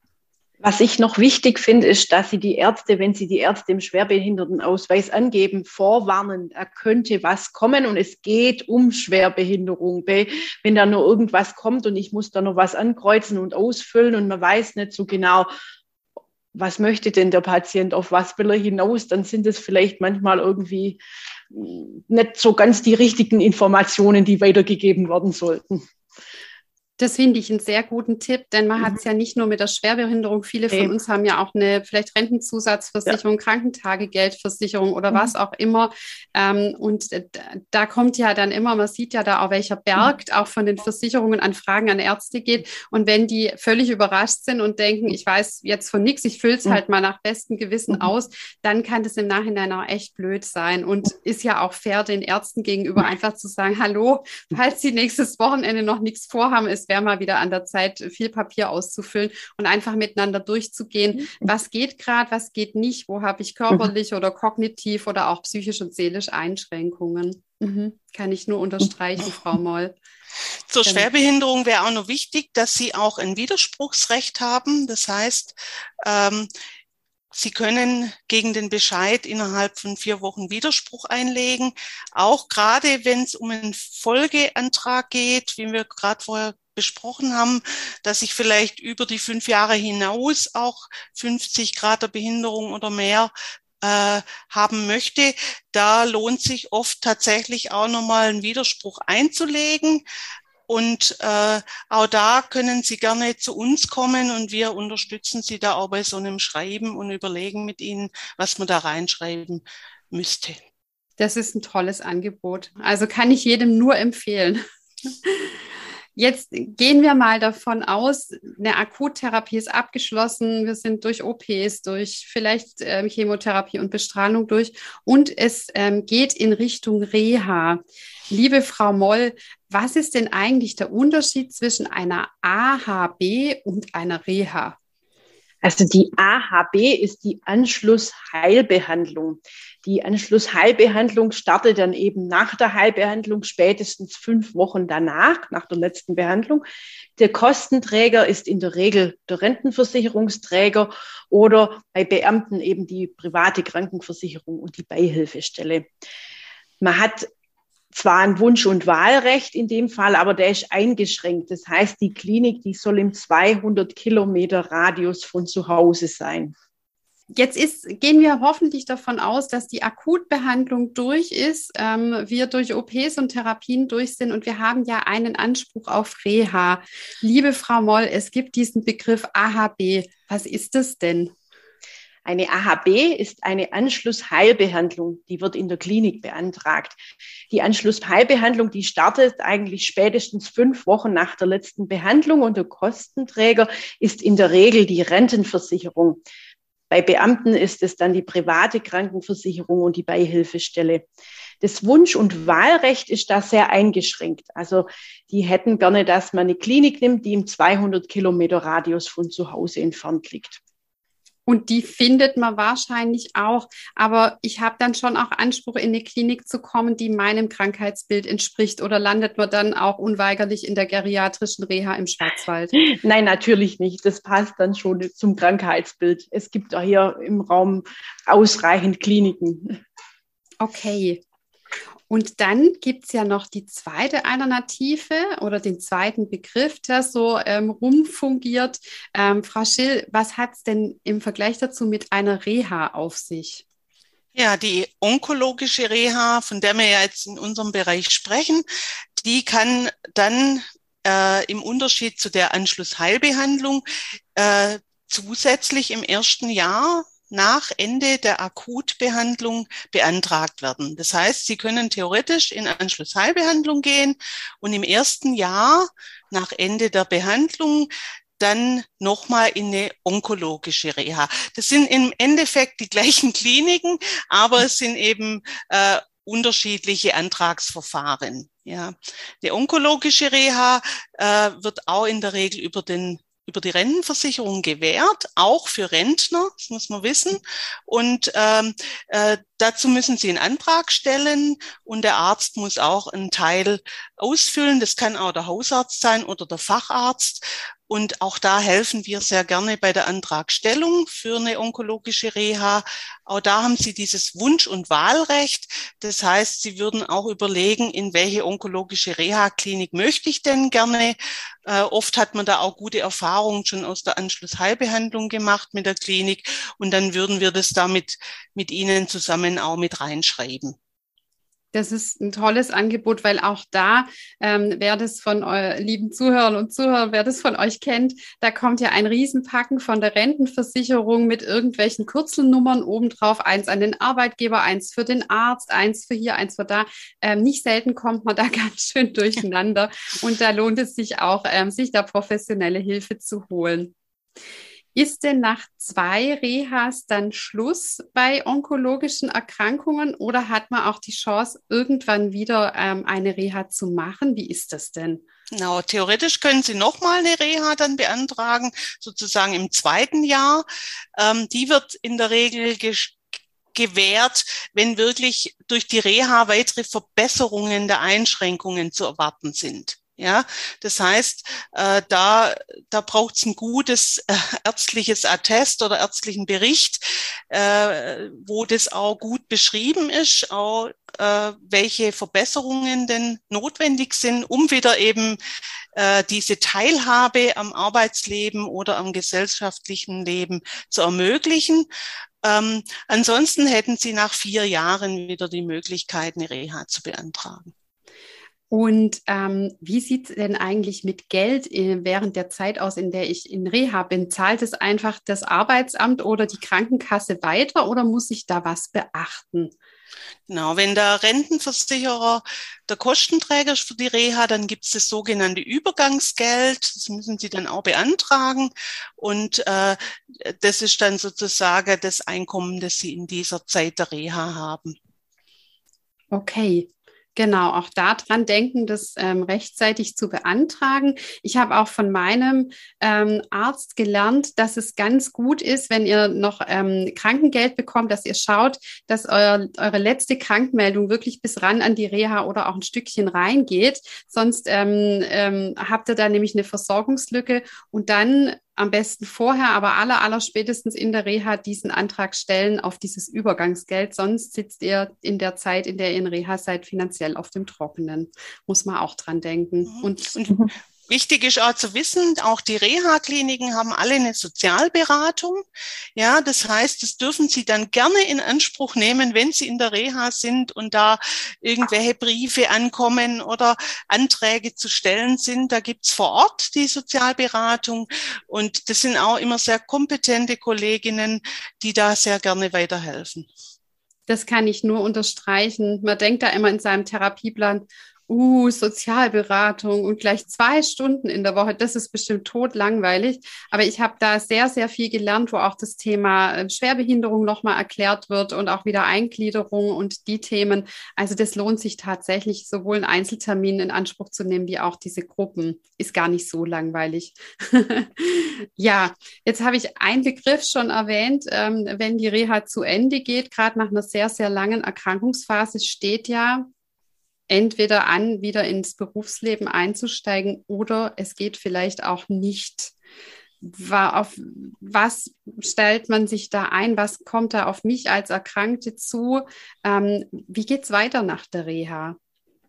Was ich noch wichtig finde, ist, dass Sie die Ärzte, wenn Sie die Ärzte im Schwerbehindertenausweis angeben, vorwarnen, da könnte was kommen und es geht um Schwerbehinderung. Wenn da nur irgendwas kommt und ich muss da noch was ankreuzen und ausfüllen und man weiß nicht so genau, was möchte denn der Patient, auf was will er hinaus, dann sind es vielleicht manchmal irgendwie nicht so ganz die richtigen Informationen, die weitergegeben werden sollten. Das finde ich einen sehr guten Tipp, denn man mhm. hat es ja nicht nur mit der Schwerbehinderung. Viele von nee. uns haben ja auch eine vielleicht Rentenzusatzversicherung, ja. Krankentagegeldversicherung oder mhm. was auch immer. Ähm, und da, da kommt ja dann immer, man sieht ja da auch, welcher Berg mhm. auch von den Versicherungen an Fragen an Ärzte geht. Und wenn die völlig überrascht sind und denken, ich weiß jetzt von nichts, ich fülle es mhm. halt mal nach bestem Gewissen mhm. aus, dann kann das im Nachhinein auch echt blöd sein. Und ist ja auch fair den Ärzten gegenüber einfach zu sagen, hallo, falls Sie nächstes Wochenende noch nichts vorhaben, ist wäre mal wieder an der Zeit, viel Papier auszufüllen und einfach miteinander durchzugehen. Was geht gerade, was geht nicht, wo habe ich körperlich oder kognitiv oder auch psychisch und seelisch Einschränkungen. Mhm. Kann ich nur unterstreichen, Frau Moll. Zur Schwerbehinderung wäre auch noch wichtig, dass Sie auch ein Widerspruchsrecht haben. Das heißt, ähm, Sie können gegen den Bescheid innerhalb von vier Wochen Widerspruch einlegen. Auch gerade, wenn es um einen Folgeantrag geht, wie wir gerade vorher besprochen haben, dass ich vielleicht über die fünf Jahre hinaus auch fünfzig Grad der Behinderung oder mehr äh, haben möchte, da lohnt sich oft tatsächlich auch nochmal einen Widerspruch einzulegen. Und äh, auch da können Sie gerne zu uns kommen und wir unterstützen Sie da auch bei so einem Schreiben und überlegen mit Ihnen, was man da reinschreiben müsste. Das ist ein tolles Angebot. Also kann ich jedem nur empfehlen. Jetzt gehen wir mal davon aus, eine Akuttherapie ist abgeschlossen, wir sind durch O Ps, durch vielleicht ähm, Chemotherapie und Bestrahlung durch und es ähm, geht in Richtung Reha. Liebe Frau Moll, was ist denn eigentlich der Unterschied zwischen einer A H B und einer Reha? Also die A H B ist die Anschlussheilbehandlung. Die Anschlussheilbehandlung startet dann eben nach der Heilbehandlung, spätestens fünf Wochen danach, nach der letzten Behandlung. Der Kostenträger ist in der Regel der Rentenversicherungsträger oder bei Beamten eben die private Krankenversicherung und die Beihilfestelle. Man hat zwar ein Wunsch- und Wahlrecht in dem Fall, aber der ist eingeschränkt. Das heißt, die Klinik, die soll im zweihundert Kilometer Radius von zu Hause sein. Jetzt ist, gehen wir hoffentlich davon aus, dass die Akutbehandlung durch ist, ähm, wir durch O Ps und Therapien durch sind und wir haben ja einen Anspruch auf Reha. Liebe Frau Moll, es gibt diesen Begriff A H B. Was ist das denn? Eine A H B ist eine Anschlussheilbehandlung, die wird in der Klinik beantragt. Die Anschlussheilbehandlung, die startet eigentlich spätestens fünf Wochen nach der letzten Behandlung und der Kostenträger ist in der Regel die Rentenversicherung. Bei Beamten ist es dann die private Krankenversicherung und die Beihilfestelle. Das Wunsch- und Wahlrecht ist da sehr eingeschränkt. Also die hätten gerne, dass man eine Klinik nimmt, die im zweihundert Kilometer Radius von zu Hause entfernt liegt. Und die findet man wahrscheinlich auch. Aber ich habe dann schon auch Anspruch, in eine Klinik zu kommen, die meinem Krankheitsbild entspricht. Oder landet man dann auch unweigerlich in der geriatrischen Reha im Schwarzwald? Nein, natürlich nicht. Das passt dann schon zum Krankheitsbild. Es gibt auch hier im Raum ausreichend Kliniken. Okay. Und dann gibt es ja noch die zweite Alternative oder den zweiten Begriff, der so ähm, rumfungiert. Ähm, Frau Schill, was hat es denn im Vergleich dazu mit einer Reha auf sich? Ja, die onkologische Reha, von der wir ja jetzt in unserem Bereich sprechen, die kann dann äh, im Unterschied zu der Anschlussheilbehandlung äh, zusätzlich im ersten Jahr nach Ende der Akutbehandlung beantragt werden. Das heißt, Sie können theoretisch in Anschlussheilbehandlung gehen und im ersten Jahr nach Ende der Behandlung dann nochmal in eine onkologische Reha. Das sind im Endeffekt die gleichen Kliniken, aber es sind eben äh, unterschiedliche Antragsverfahren. Ja, die onkologische Reha äh, wird auch in der Regel über den über die Rentenversicherung gewährt, auch für Rentner, das muss man wissen. Und ähm, äh, dazu müssen Sie einen Antrag stellen und der Arzt muss auch einen Teil ausfüllen. Das kann auch der Hausarzt sein oder der Facharzt. Und auch da helfen wir sehr gerne bei der Antragstellung für eine onkologische Reha. Auch da haben Sie dieses Wunsch- und Wahlrecht. Das heißt, Sie würden auch überlegen, in welche onkologische Reha-Klinik möchte ich denn gerne. Äh, oft hat man da auch gute Erfahrungen schon aus der Anschlussheilbehandlung gemacht mit der Klinik. Und dann würden wir das damit mit Ihnen zusammen auch mit reinschreiben. Das ist ein tolles Angebot, weil auch da, ähm, wer das von euren lieben Zuhörern und Zuhörern, wer das von euch kennt, da kommt ja ein Riesenpacken von der Rentenversicherung mit irgendwelchen Kürzelnummern obendrauf, eins an den Arbeitgeber, eins für den Arzt, eins für hier, eins für da. Ähm, nicht selten kommt man da ganz schön durcheinander und da lohnt es sich auch, ähm, sich da professionelle Hilfe zu holen. Ist denn nach zwei Rehas dann Schluss bei onkologischen Erkrankungen oder hat man auch die Chance, irgendwann wieder ähm, eine Reha zu machen? Wie ist das denn? Genau, theoretisch können Sie nochmal eine Reha dann beantragen, sozusagen im zweiten Jahr. Ähm, die wird in der Regel ges- gewährt, wenn wirklich durch die Reha weitere Verbesserungen der Einschränkungen zu erwarten sind. Ja, das heißt, äh, da, da braucht es ein gutes äh, ärztliches Attest oder ärztlichen Bericht, äh, wo das auch gut beschrieben ist, auch äh, welche Verbesserungen denn notwendig sind, um wieder eben äh, diese Teilhabe am Arbeitsleben oder am gesellschaftlichen Leben zu ermöglichen. Ähm, ansonsten hätten Sie nach vier Jahren wieder die Möglichkeit, eine Reha zu beantragen. Und ähm, wie sieht es denn eigentlich mit Geld äh, während der Zeit aus, in der ich in Reha bin? Zahlt es einfach das Arbeitsamt oder die Krankenkasse weiter oder muss ich da was beachten? Genau, wenn der Rentenversicherer der Kostenträger ist für die Reha, dann gibt es das sogenannte Übergangsgeld. Das müssen Sie dann auch beantragen. Und äh, das ist dann sozusagen das Einkommen, das Sie in dieser Zeit der Reha haben. Okay. Genau, auch daran denken, das ähm, rechtzeitig zu beantragen. Ich habe auch von meinem ähm, Arzt gelernt, dass es ganz gut ist, wenn ihr noch ähm, Krankengeld bekommt, dass ihr schaut, dass euer, eure letzte Krankmeldung wirklich bis ran an die Reha oder auch ein Stückchen reingeht. Sonst ähm, ähm, habt ihr da nämlich eine Versorgungslücke und dann am besten vorher, aber aller, aller spätestens in der Reha diesen Antrag stellen auf dieses Übergangsgeld. Sonst sitzt ihr in der Zeit, in der ihr in Reha seid, finanziell auf dem Trockenen. Muss man auch dran denken. Und, Und wichtig ist auch zu wissen, auch die Reha-Kliniken haben alle eine Sozialberatung. Ja, das heißt, das dürfen Sie dann gerne in Anspruch nehmen, wenn Sie in der Reha sind und da irgendwelche Briefe ankommen oder Anträge zu stellen sind. Da gibt's vor Ort die Sozialberatung und das sind auch immer sehr kompetente Kolleginnen, die da sehr gerne weiterhelfen. Das kann ich nur unterstreichen. Man denkt da immer in seinem Therapieplan, Uh, Sozialberatung und gleich zwei Stunden in der Woche, das ist bestimmt totlangweilig. Aber ich habe da sehr, sehr viel gelernt, wo auch das Thema Schwerbehinderung nochmal erklärt wird und auch wieder Eingliederung und die Themen. Also das lohnt sich tatsächlich, sowohl einen Einzeltermin in Anspruch zu nehmen, wie auch diese Gruppen. Ist gar nicht so langweilig. Ja, jetzt habe ich einen Begriff schon erwähnt, ähm, wenn die Reha zu Ende geht, gerade nach einer sehr, sehr langen Erkrankungsphase, steht ja entweder an, wieder ins Berufsleben einzusteigen oder es geht vielleicht auch nicht. Auf was stellt man sich da ein? Was kommt da auf mich als Erkrankte zu? Ähm, wie geht's weiter nach der Reha?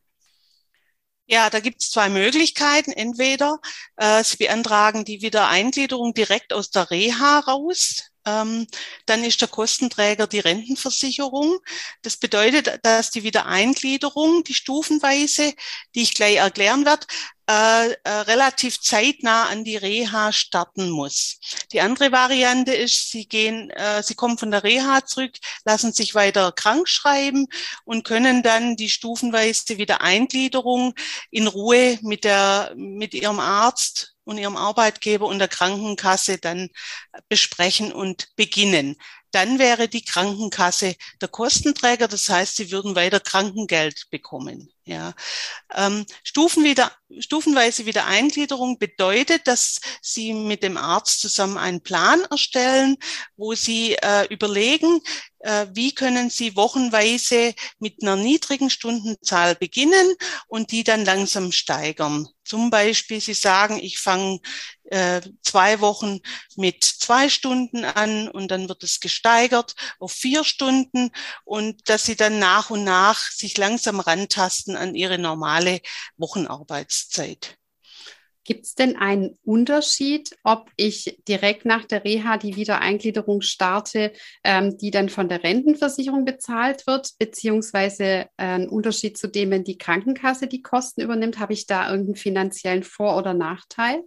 Ja, da gibt es zwei Möglichkeiten. Entweder äh, Sie beantragen die Wiedereingliederung direkt aus der Reha raus. Ähm, dann ist der Kostenträger die Rentenversicherung. Das bedeutet, dass die Wiedereingliederung, die stufenweise, die ich gleich erklären werde, äh, äh, relativ zeitnah an die Reha starten muss. Die andere Variante ist, Sie gehen, äh, Sie kommen von der Reha zurück, lassen sich weiter krank schreiben und können dann die stufenweise Wiedereingliederung in Ruhe mit der, mit Ihrem Arzt und Ihrem Arbeitgeber und der Krankenkasse dann besprechen und beginnen. Dann wäre die Krankenkasse der Kostenträger, das heißt, Sie würden weiter Krankengeld bekommen. Ja, ähm, Stufen wieder, stufenweise Wiedereingliederung bedeutet, dass Sie mit dem Arzt zusammen einen Plan erstellen, wo Sie äh, überlegen, äh, wie können Sie wochenweise mit einer niedrigen Stundenzahl beginnen und die dann langsam steigern. Zum Beispiel, Sie sagen, ich fange äh, zwei Wochen mit zwei Stunden an und dann wird es gesteigert auf vier Stunden und dass Sie dann nach und nach sich langsam rantasten an Ihre normale Wochenarbeitszeit. Gibt es denn einen Unterschied, ob ich direkt nach der Reha die Wiedereingliederung starte, ähm, die dann von der Rentenversicherung bezahlt wird, beziehungsweise äh, einen Unterschied zu dem, wenn die Krankenkasse die Kosten übernimmt? Habe ich da irgendeinen finanziellen Vor- oder Nachteil?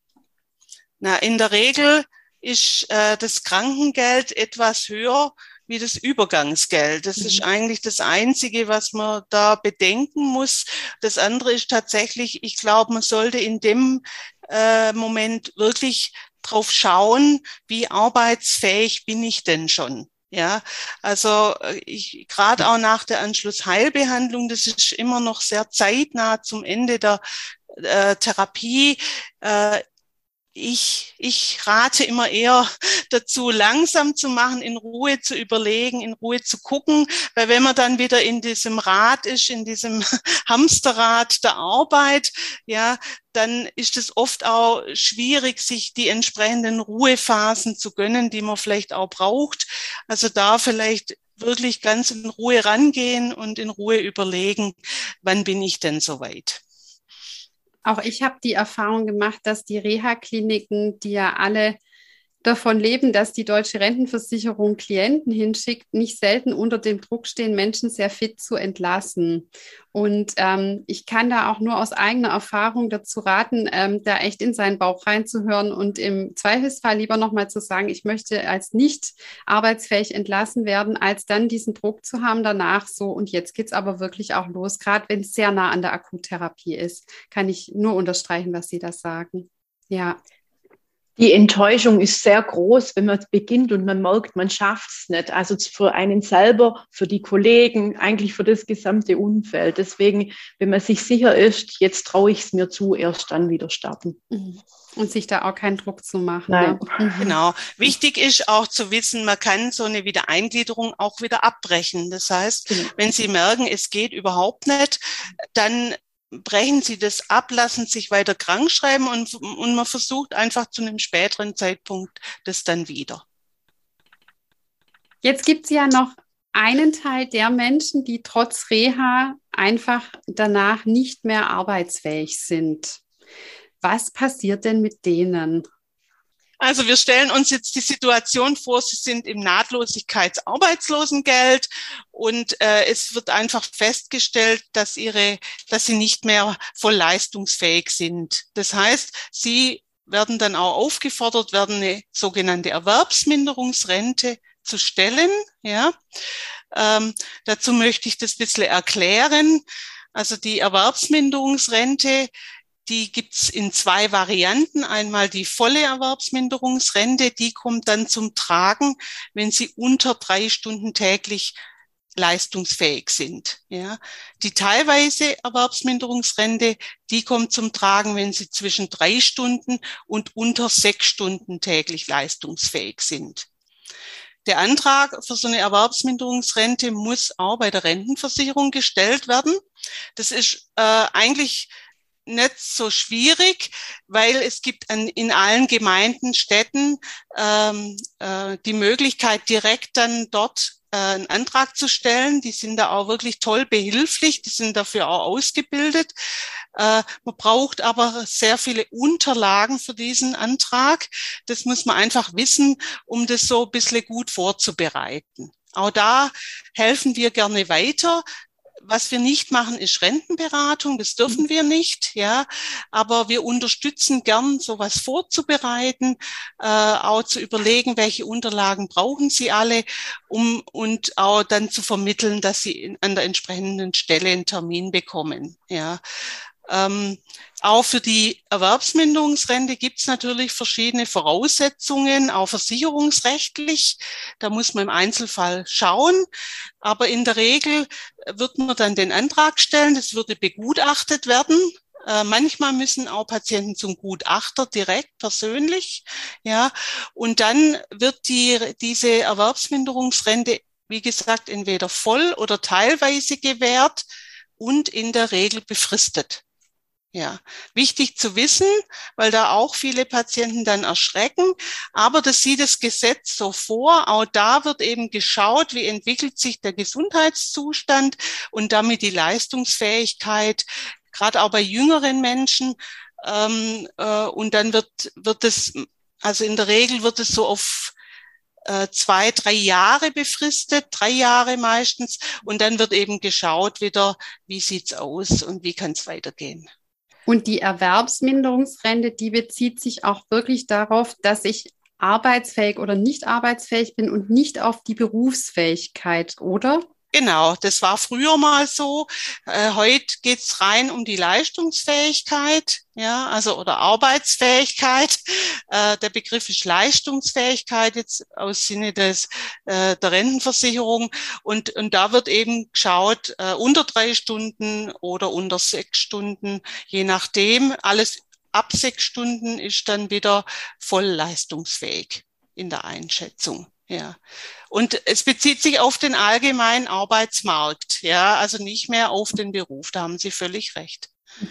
Na, in der Regel ist äh, das Krankengeld etwas höher wie das Übergangsgeld. Das mhm. ist eigentlich das Einzige, was man da bedenken muss. Das andere ist tatsächlich, ich glaube, man sollte in dem äh, Moment wirklich drauf schauen, wie arbeitsfähig bin ich denn schon. Ja, also ich gerade auch nach der Anschlussheilbehandlung, das ist immer noch sehr zeitnah zum Ende der äh, Therapie. Äh, Ich, ich rate immer eher dazu, langsam zu machen, in Ruhe zu überlegen, in Ruhe zu gucken, weil wenn man dann wieder in diesem Rad ist, in diesem Hamsterrad der Arbeit, ja, dann ist es oft auch schwierig, sich die entsprechenden Ruhephasen zu gönnen, die man vielleicht auch braucht. Also da vielleicht wirklich ganz in Ruhe rangehen und in Ruhe überlegen, wann bin ich denn soweit? Auch ich habe die Erfahrung gemacht, dass die Reha-Kliniken, die ja alle davon leben, dass die deutsche Rentenversicherung Klienten hinschickt, nicht selten unter dem Druck stehen, Menschen sehr fit zu entlassen. Und ähm, ich kann da auch nur aus eigener Erfahrung dazu raten, ähm, da echt in seinen Bauch reinzuhören und im Zweifelsfall lieber nochmal zu sagen, ich möchte als nicht arbeitsfähig entlassen werden, als dann diesen Druck zu haben danach so und jetzt geht's aber wirklich auch los, gerade wenn es sehr nah an der Akuttherapie ist, kann ich nur unterstreichen, was Sie da sagen. Ja. Die Enttäuschung ist sehr groß, wenn man beginnt und man merkt, man schafft es nicht. Also für einen selber, für die Kollegen, eigentlich für das gesamte Umfeld. Deswegen, wenn man sich sicher ist, jetzt traue ich es mir zu, erst dann wieder starten. Und sich da auch keinen Druck zu machen. Nein. Ne? Genau. Wichtig ist auch zu wissen, man kann so eine Wiedereingliederung auch wieder abbrechen. Das heißt, wenn Sie merken, es geht überhaupt nicht, dann brechen Sie das ab, lassen sich weiter krank schreiben und, und man versucht einfach zu einem späteren Zeitpunkt das dann wieder. Jetzt gibt es ja noch einen Teil der Menschen, die trotz Reha einfach danach nicht mehr arbeitsfähig sind. Was passiert denn mit denen? Also wir stellen uns jetzt die Situation vor, sie sind im Nahtlosigkeitsarbeitslosengeld und äh, es wird einfach festgestellt, dass ihre, dass sie nicht mehr voll leistungsfähig sind. Das heißt, sie werden dann auch aufgefordert, werden eine sogenannte Erwerbsminderungsrente zu stellen. Ja, ähm, dazu möchte ich das ein bisschen erklären. Also die Erwerbsminderungsrente, die gibt's in zwei Varianten. Einmal die volle Erwerbsminderungsrente, die kommt dann zum Tragen, wenn Sie unter drei Stunden täglich leistungsfähig sind. Ja, die teilweise Erwerbsminderungsrente, die kommt zum Tragen, wenn Sie zwischen drei Stunden und unter sechs Stunden täglich leistungsfähig sind. Der Antrag für so eine Erwerbsminderungsrente muss auch bei der Rentenversicherung gestellt werden. Das ist äh, eigentlich nicht so schwierig, weil es gibt an, in allen Gemeinden, Städten ähm, äh, die Möglichkeit, direkt dann dort äh, einen Antrag zu stellen. Die sind da auch wirklich toll behilflich, die sind dafür auch ausgebildet. Äh, man braucht aber sehr viele Unterlagen für diesen Antrag. Das muss man einfach wissen, um das so ein bisschen gut vorzubereiten. Auch da helfen wir gerne weiter. Was wir nicht machen, ist Rentenberatung. Das dürfen wir nicht, ja. Aber wir unterstützen gern, sowas vorzubereiten, äh, auch zu überlegen, welche Unterlagen brauchen Sie alle, um und auch dann zu vermitteln, dass Sie in, an der entsprechenden Stelle einen Termin bekommen, ja. Ähm, auch für die Erwerbsminderungsrente gibt es natürlich verschiedene Voraussetzungen, auch versicherungsrechtlich. Da muss man im Einzelfall schauen. Aber in der Regel wird man dann den Antrag stellen. Das würde begutachtet werden. Äh, manchmal müssen auch Patienten zum Gutachter direkt persönlich. Ja, und dann wird die, diese Erwerbsminderungsrente, wie gesagt, entweder voll oder teilweise gewährt und in der Regel befristet. Ja, wichtig zu wissen, weil da auch viele Patienten dann erschrecken. Aber das sieht das Gesetz so vor. Auch da wird eben geschaut, wie entwickelt sich der Gesundheitszustand und damit die Leistungsfähigkeit, gerade auch bei jüngeren Menschen. Ähm, äh, und dann wird, wird es, also in der Regel wird es so auf äh, zwei, drei Jahre befristet, drei Jahre meistens. Und dann wird eben geschaut wieder, wie sieht's aus und wie kann es weitergehen. Und die Erwerbsminderungsrente, die bezieht sich auch wirklich darauf, dass ich arbeitsfähig oder nicht arbeitsfähig bin und nicht auf die Berufsfähigkeit, oder? Genau, das war früher mal so. Äh, heute geht's rein um die Leistungsfähigkeit, ja, also oder Arbeitsfähigkeit. Äh, der Begriff ist Leistungsfähigkeit jetzt aus Sinne des äh, der Rentenversicherung und und da wird eben geschaut äh, unter drei Stunden oder unter sechs Stunden, je nachdem. Alles ab sechs Stunden ist dann wieder voll leistungsfähig in der Einschätzung. Ja, und es bezieht sich auf den allgemeinen Arbeitsmarkt, ja, also nicht mehr auf den Beruf, da haben Sie völlig recht.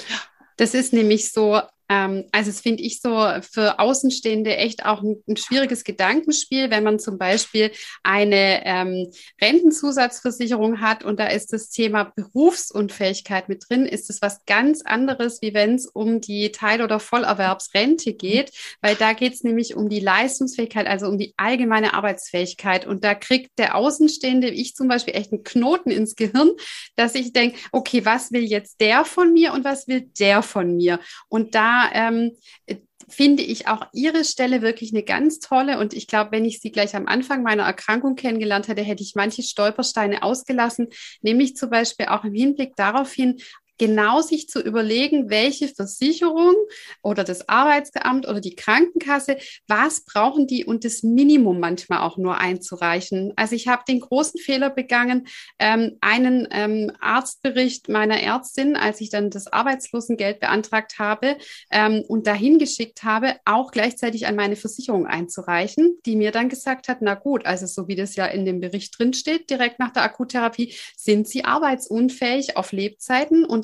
Das ist nämlich so, ähm, also das finde ich so für Außenstehende echt auch ein, ein schwieriges Gedankenspiel, wenn man zum Beispiel eine ähm, Rentenzusatzversicherung hat und da ist das Thema Berufsunfähigkeit mit drin, ist es was ganz anderes, wie wenn es um die Teil- oder Vollerwerbsrente geht, weil da geht es nämlich um die Leistungsfähigkeit, also um die allgemeine Arbeitsfähigkeit und da kriegt der Außenstehende, ich zum Beispiel, echt einen Knoten ins Gehirn, dass ich denke, okay, was will jetzt der von mir und was will der von mir? Und da ähm, finde ich auch Ihre Stelle wirklich eine ganz tolle. Und ich glaube, wenn ich Sie gleich am Anfang meiner Erkrankung kennengelernt hätte, hätte ich manche Stolpersteine ausgelassen, nämlich zum Beispiel auch im Hinblick darauf hin, genau sich zu überlegen, welche Versicherung oder das Arbeitsamt oder die Krankenkasse, was brauchen die und das Minimum manchmal auch nur einzureichen. Also ich habe den großen Fehler begangen, ähm, einen ähm, Arztbericht meiner Ärztin, als ich dann das Arbeitslosengeld beantragt habe ähm, und dahin geschickt habe, auch gleichzeitig an meine Versicherung einzureichen, die mir dann gesagt hat, na gut, also so wie das ja in dem Bericht drin steht, direkt nach der Akuttherapie, sind Sie arbeitsunfähig auf Lebzeiten und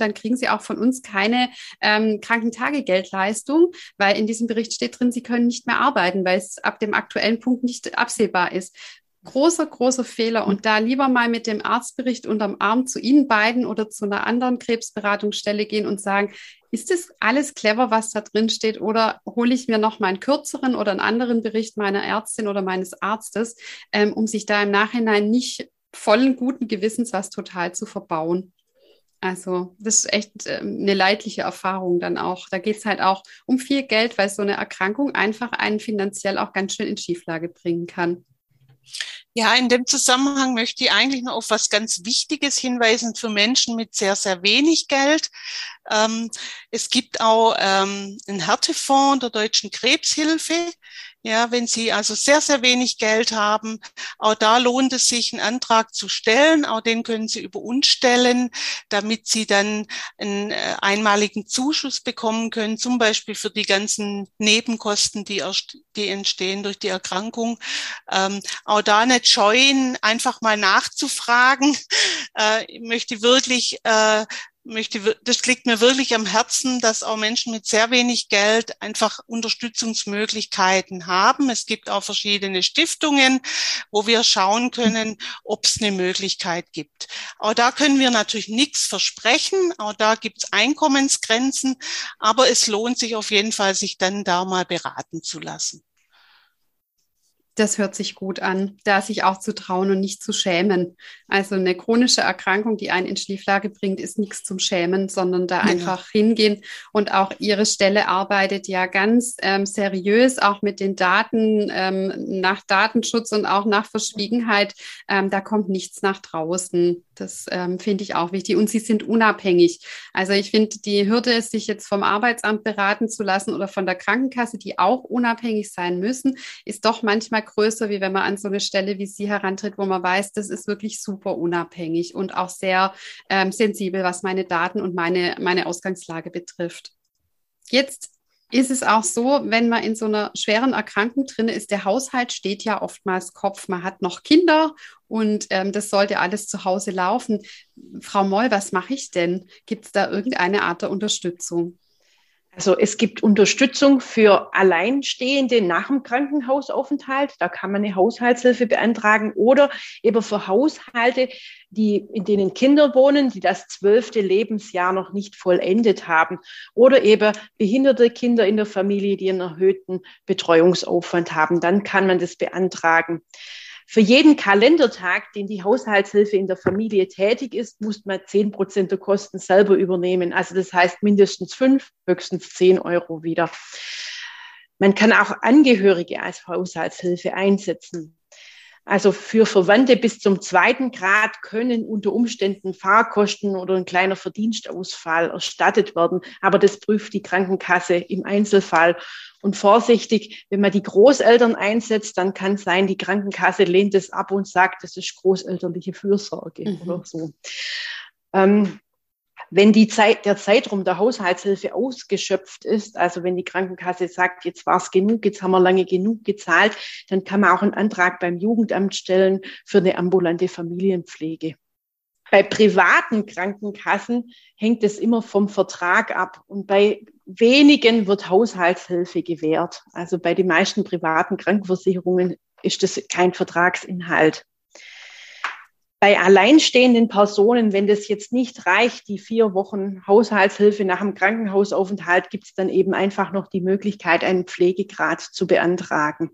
dann kriegen Sie auch von uns keine ähm, Krankentagegeldleistung, weil in diesem Bericht steht drin, Sie können nicht mehr arbeiten, weil es ab dem aktuellen Punkt nicht absehbar ist. Großer, großer Fehler. Und da lieber mal mit dem Arztbericht unterm Arm zu Ihnen beiden oder zu einer anderen Krebsberatungsstelle gehen und sagen, ist das alles clever, was da drin steht, oder hole ich mir noch mal einen kürzeren oder einen anderen Bericht meiner Ärztin oder meines Arztes, ähm, um sich da im Nachhinein nicht vollen guten Gewissens was total zu verbauen. Also das ist echt äh, eine leidliche Erfahrung dann auch. Da geht es halt auch um viel Geld, weil so eine Erkrankung einfach einen finanziell auch ganz schön in Schieflage bringen kann. Ja, in dem Zusammenhang möchte ich eigentlich noch auf was ganz Wichtiges hinweisen für Menschen mit sehr, sehr wenig Geld. Ähm, es gibt auch ähm, einen Härtefonds der Deutschen Krebshilfe. Ja, wenn Sie also sehr, sehr wenig Geld haben, auch da lohnt es sich, einen Antrag zu stellen. Auch den können Sie über uns stellen, damit Sie dann einen äh, einmaligen Zuschuss bekommen können, zum Beispiel für die ganzen Nebenkosten, die, erst, die entstehen durch die Erkrankung. Ähm, auch da nicht scheuen, einfach mal nachzufragen. Äh, ich möchte wirklich äh, möchte, das liegt mir wirklich am Herzen, dass auch Menschen mit sehr wenig Geld einfach Unterstützungsmöglichkeiten haben. Es gibt auch verschiedene Stiftungen, wo wir schauen können, ob es eine Möglichkeit gibt. Auch da können wir natürlich nichts versprechen. Auch da gibt es Einkommensgrenzen. Aber es lohnt sich auf jeden Fall, sich dann da mal beraten zu lassen. Das hört sich gut an, da sich auch zu trauen und nicht zu schämen. Also eine chronische Erkrankung, die einen in Schieflage bringt, ist nichts zum Schämen, sondern da ja. einfach hingehen. Und auch Ihre Stelle arbeitet ja ganz ähm, seriös, auch mit den Daten, ähm, nach Datenschutz und auch nach Verschwiegenheit. Ähm, da kommt nichts nach draußen. Das ähm, finde ich auch wichtig. Und Sie sind unabhängig. Also ich finde, die Hürde, sich jetzt vom Arbeitsamt beraten zu lassen oder von der Krankenkasse, die auch unabhängig sein müssen, ist doch manchmal größer, wie wenn man an so eine Stelle wie Sie herantritt, wo man weiß, das ist wirklich super unabhängig und auch sehr ähm, sensibel, was meine Daten und meine, meine Ausgangslage betrifft. Jetzt ist es auch so, wenn man in so einer schweren Erkrankung drin ist, der Haushalt steht ja oftmals Kopf. Man hat noch Kinder und ähm, das sollte alles zu Hause laufen. Frau Moll, was mache ich denn? Gibt es da irgendeine Art der Unterstützung? Also es gibt Unterstützung für Alleinstehende nach dem Krankenhausaufenthalt. Da kann man eine Haushaltshilfe beantragen oder eben für Haushalte, die, in denen Kinder wohnen, die das zwölfte Lebensjahr noch nicht vollendet haben. Oder eben behinderte Kinder in der Familie, die einen erhöhten Betreuungsaufwand haben. Dann kann man das beantragen. Für jeden Kalendertag, den die Haushaltshilfe in der Familie tätig ist, muss man zehn Prozent der Kosten selber übernehmen. Also das heißt mindestens fünf, höchstens zehn Euro wieder. Man kann auch Angehörige als Haushaltshilfe einsetzen. Also für Verwandte bis zum zweiten Grad können unter Umständen Fahrkosten oder ein kleiner Verdienstausfall erstattet werden. Aber das prüft die Krankenkasse im Einzelfall. Und vorsichtig, wenn man die Großeltern einsetzt, dann kann es sein, die Krankenkasse lehnt es ab und sagt, das ist großelterliche Fürsorge mhm. oder so. Ähm, Wenn die Zeit, der Zeitraum der Haushaltshilfe ausgeschöpft ist, also wenn die Krankenkasse sagt, jetzt war es genug, jetzt haben wir lange genug gezahlt, dann kann man auch einen Antrag beim Jugendamt stellen für eine ambulante Familienpflege. Bei privaten Krankenkassen hängt es immer vom Vertrag ab und bei wenigen wird Haushaltshilfe gewährt. Also bei den meisten privaten Krankenversicherungen ist das kein Vertragsinhalt. Bei alleinstehenden Personen, wenn das jetzt nicht reicht, die vier Wochen Haushaltshilfe nach dem Krankenhausaufenthalt, gibt es dann eben einfach noch die Möglichkeit, einen Pflegegrad zu beantragen.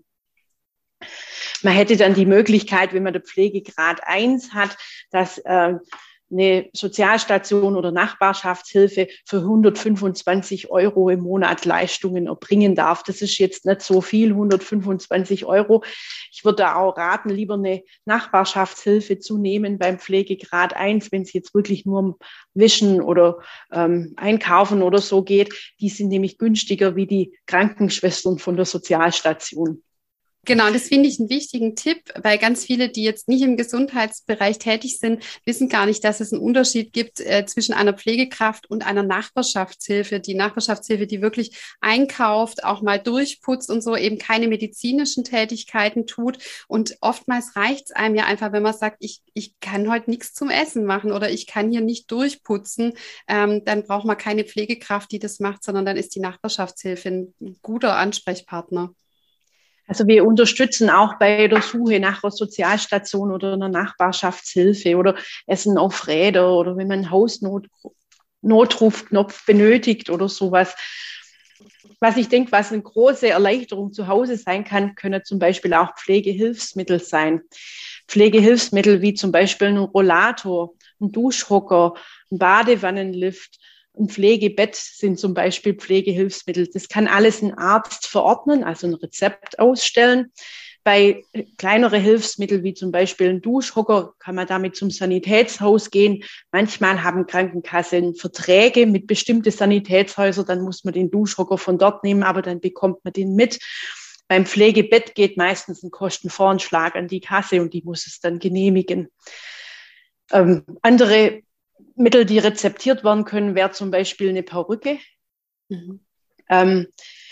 Man hätte dann die Möglichkeit, wenn man den Pflegegrad eins hat, dass äh, eine Sozialstation oder Nachbarschaftshilfe für hundertfünfundzwanzig Euro im Monat Leistungen erbringen darf. Das ist jetzt nicht so viel, hundertfünfundzwanzig Euro. Ich würde da auch raten, lieber eine Nachbarschaftshilfe zu nehmen beim Pflegegrad eins, wenn es jetzt wirklich nur um Wischen oder ähm, Einkaufen oder so geht. Die sind nämlich günstiger wie die Krankenschwestern von der Sozialstation. Genau, das finde ich einen wichtigen Tipp, weil ganz viele, die jetzt nicht im Gesundheitsbereich tätig sind, wissen gar nicht, dass es einen Unterschied gibt äh, zwischen einer Pflegekraft und einer Nachbarschaftshilfe. Die Nachbarschaftshilfe, die wirklich einkauft, auch mal durchputzt und so, eben keine medizinischen Tätigkeiten tut. Und oftmals reicht es einem ja einfach, wenn man sagt, ich, ich kann heute nichts zum Essen machen oder ich kann hier nicht durchputzen, ähm, dann braucht man keine Pflegekraft, die das macht, sondern dann ist die Nachbarschaftshilfe ein guter Ansprechpartner. Also wir unterstützen auch bei der Suche nach einer Sozialstation oder einer Nachbarschaftshilfe oder Essen auf Räder oder wenn man einen Hausnotrufknopf benötigt oder sowas. Was ich denke, was eine große Erleichterung zu Hause sein kann, können zum Beispiel auch Pflegehilfsmittel sein. Pflegehilfsmittel wie zum Beispiel ein Rollator, ein Duschhocker, ein Badewannenlift, ein Pflegebett sind zum Beispiel Pflegehilfsmittel. Das kann alles ein Arzt verordnen, also ein Rezept ausstellen. Bei kleineren Hilfsmitteln wie zum Beispiel ein Duschhocker kann man damit zum Sanitätshaus gehen. Manchmal haben Krankenkassen Verträge mit bestimmten Sanitätshäusern, dann muss man den Duschhocker von dort nehmen, aber dann bekommt man den mit. Beim Pflegebett geht meistens ein Kostenvoranschlag an die Kasse und die muss es dann genehmigen. Ähm, andere Mittel, die rezeptiert werden können, wäre zum Beispiel eine Perücke. Mhm. Ähm,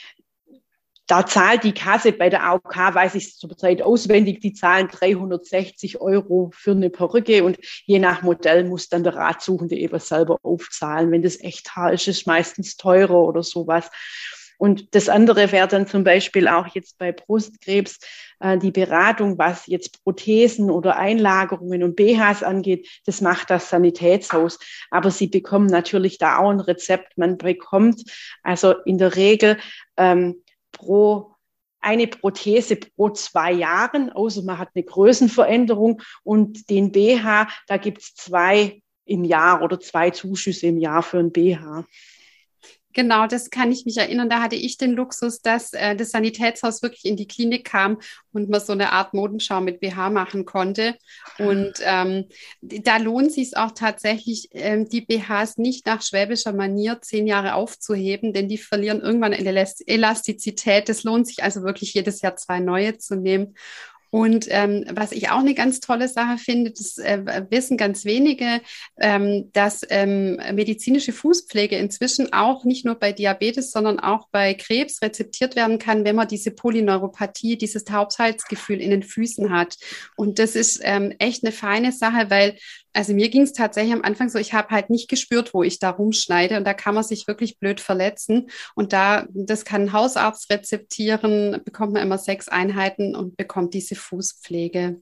da zahlt die Kasse bei der A O K, weiß ich zurzeit auswendig, die zahlen dreihundertsechzig Euro für eine Perücke und je nach Modell muss dann der Ratsuchende eben selber aufzahlen. Wenn das echt Haar ist, ist es meistens teurer oder sowas. Und das andere wäre dann zum Beispiel auch jetzt bei Brustkrebs äh, die Beratung, was jetzt Prothesen oder Einlagerungen und B Hs angeht. Das macht das Sanitätshaus. Aber Sie bekommen natürlich da auch ein Rezept. Man bekommt also in der Regel ähm, pro eine Prothese pro zwei Jahren, außer man hat eine Größenveränderung. Und den B H, da gibt es zwei im Jahr oder zwei Zuschüsse im Jahr für ein B H. Genau, das kann ich mich erinnern. Da hatte ich den Luxus, dass äh, das Sanitätshaus wirklich in die Klinik kam und man so eine Art Modenschau mit B H machen konnte. Und ähm, da lohnt sich auch tatsächlich, ähm, die B Hs nicht nach schwäbischer Manier zehn Jahre aufzuheben, denn die verlieren irgendwann in der Elastizität. Das lohnt sich also wirklich jedes Jahr zwei neue zu nehmen. Und ähm, was ich auch eine ganz tolle Sache finde, das äh, wissen ganz wenige, ähm, dass ähm, medizinische Fußpflege inzwischen auch nicht nur bei Diabetes, sondern auch bei Krebs rezeptiert werden kann, wenn man diese Polyneuropathie, dieses Taubheitsgefühl in den Füßen hat. Und das ist ähm, echt eine feine Sache, weil also mir ging es tatsächlich am Anfang so, ich habe halt nicht gespürt, wo ich da rumschneide und da kann man sich wirklich blöd verletzen und da, das kann ein Hausarzt rezeptieren, bekommt man immer sechs Einheiten und bekommt diese Fußpflege.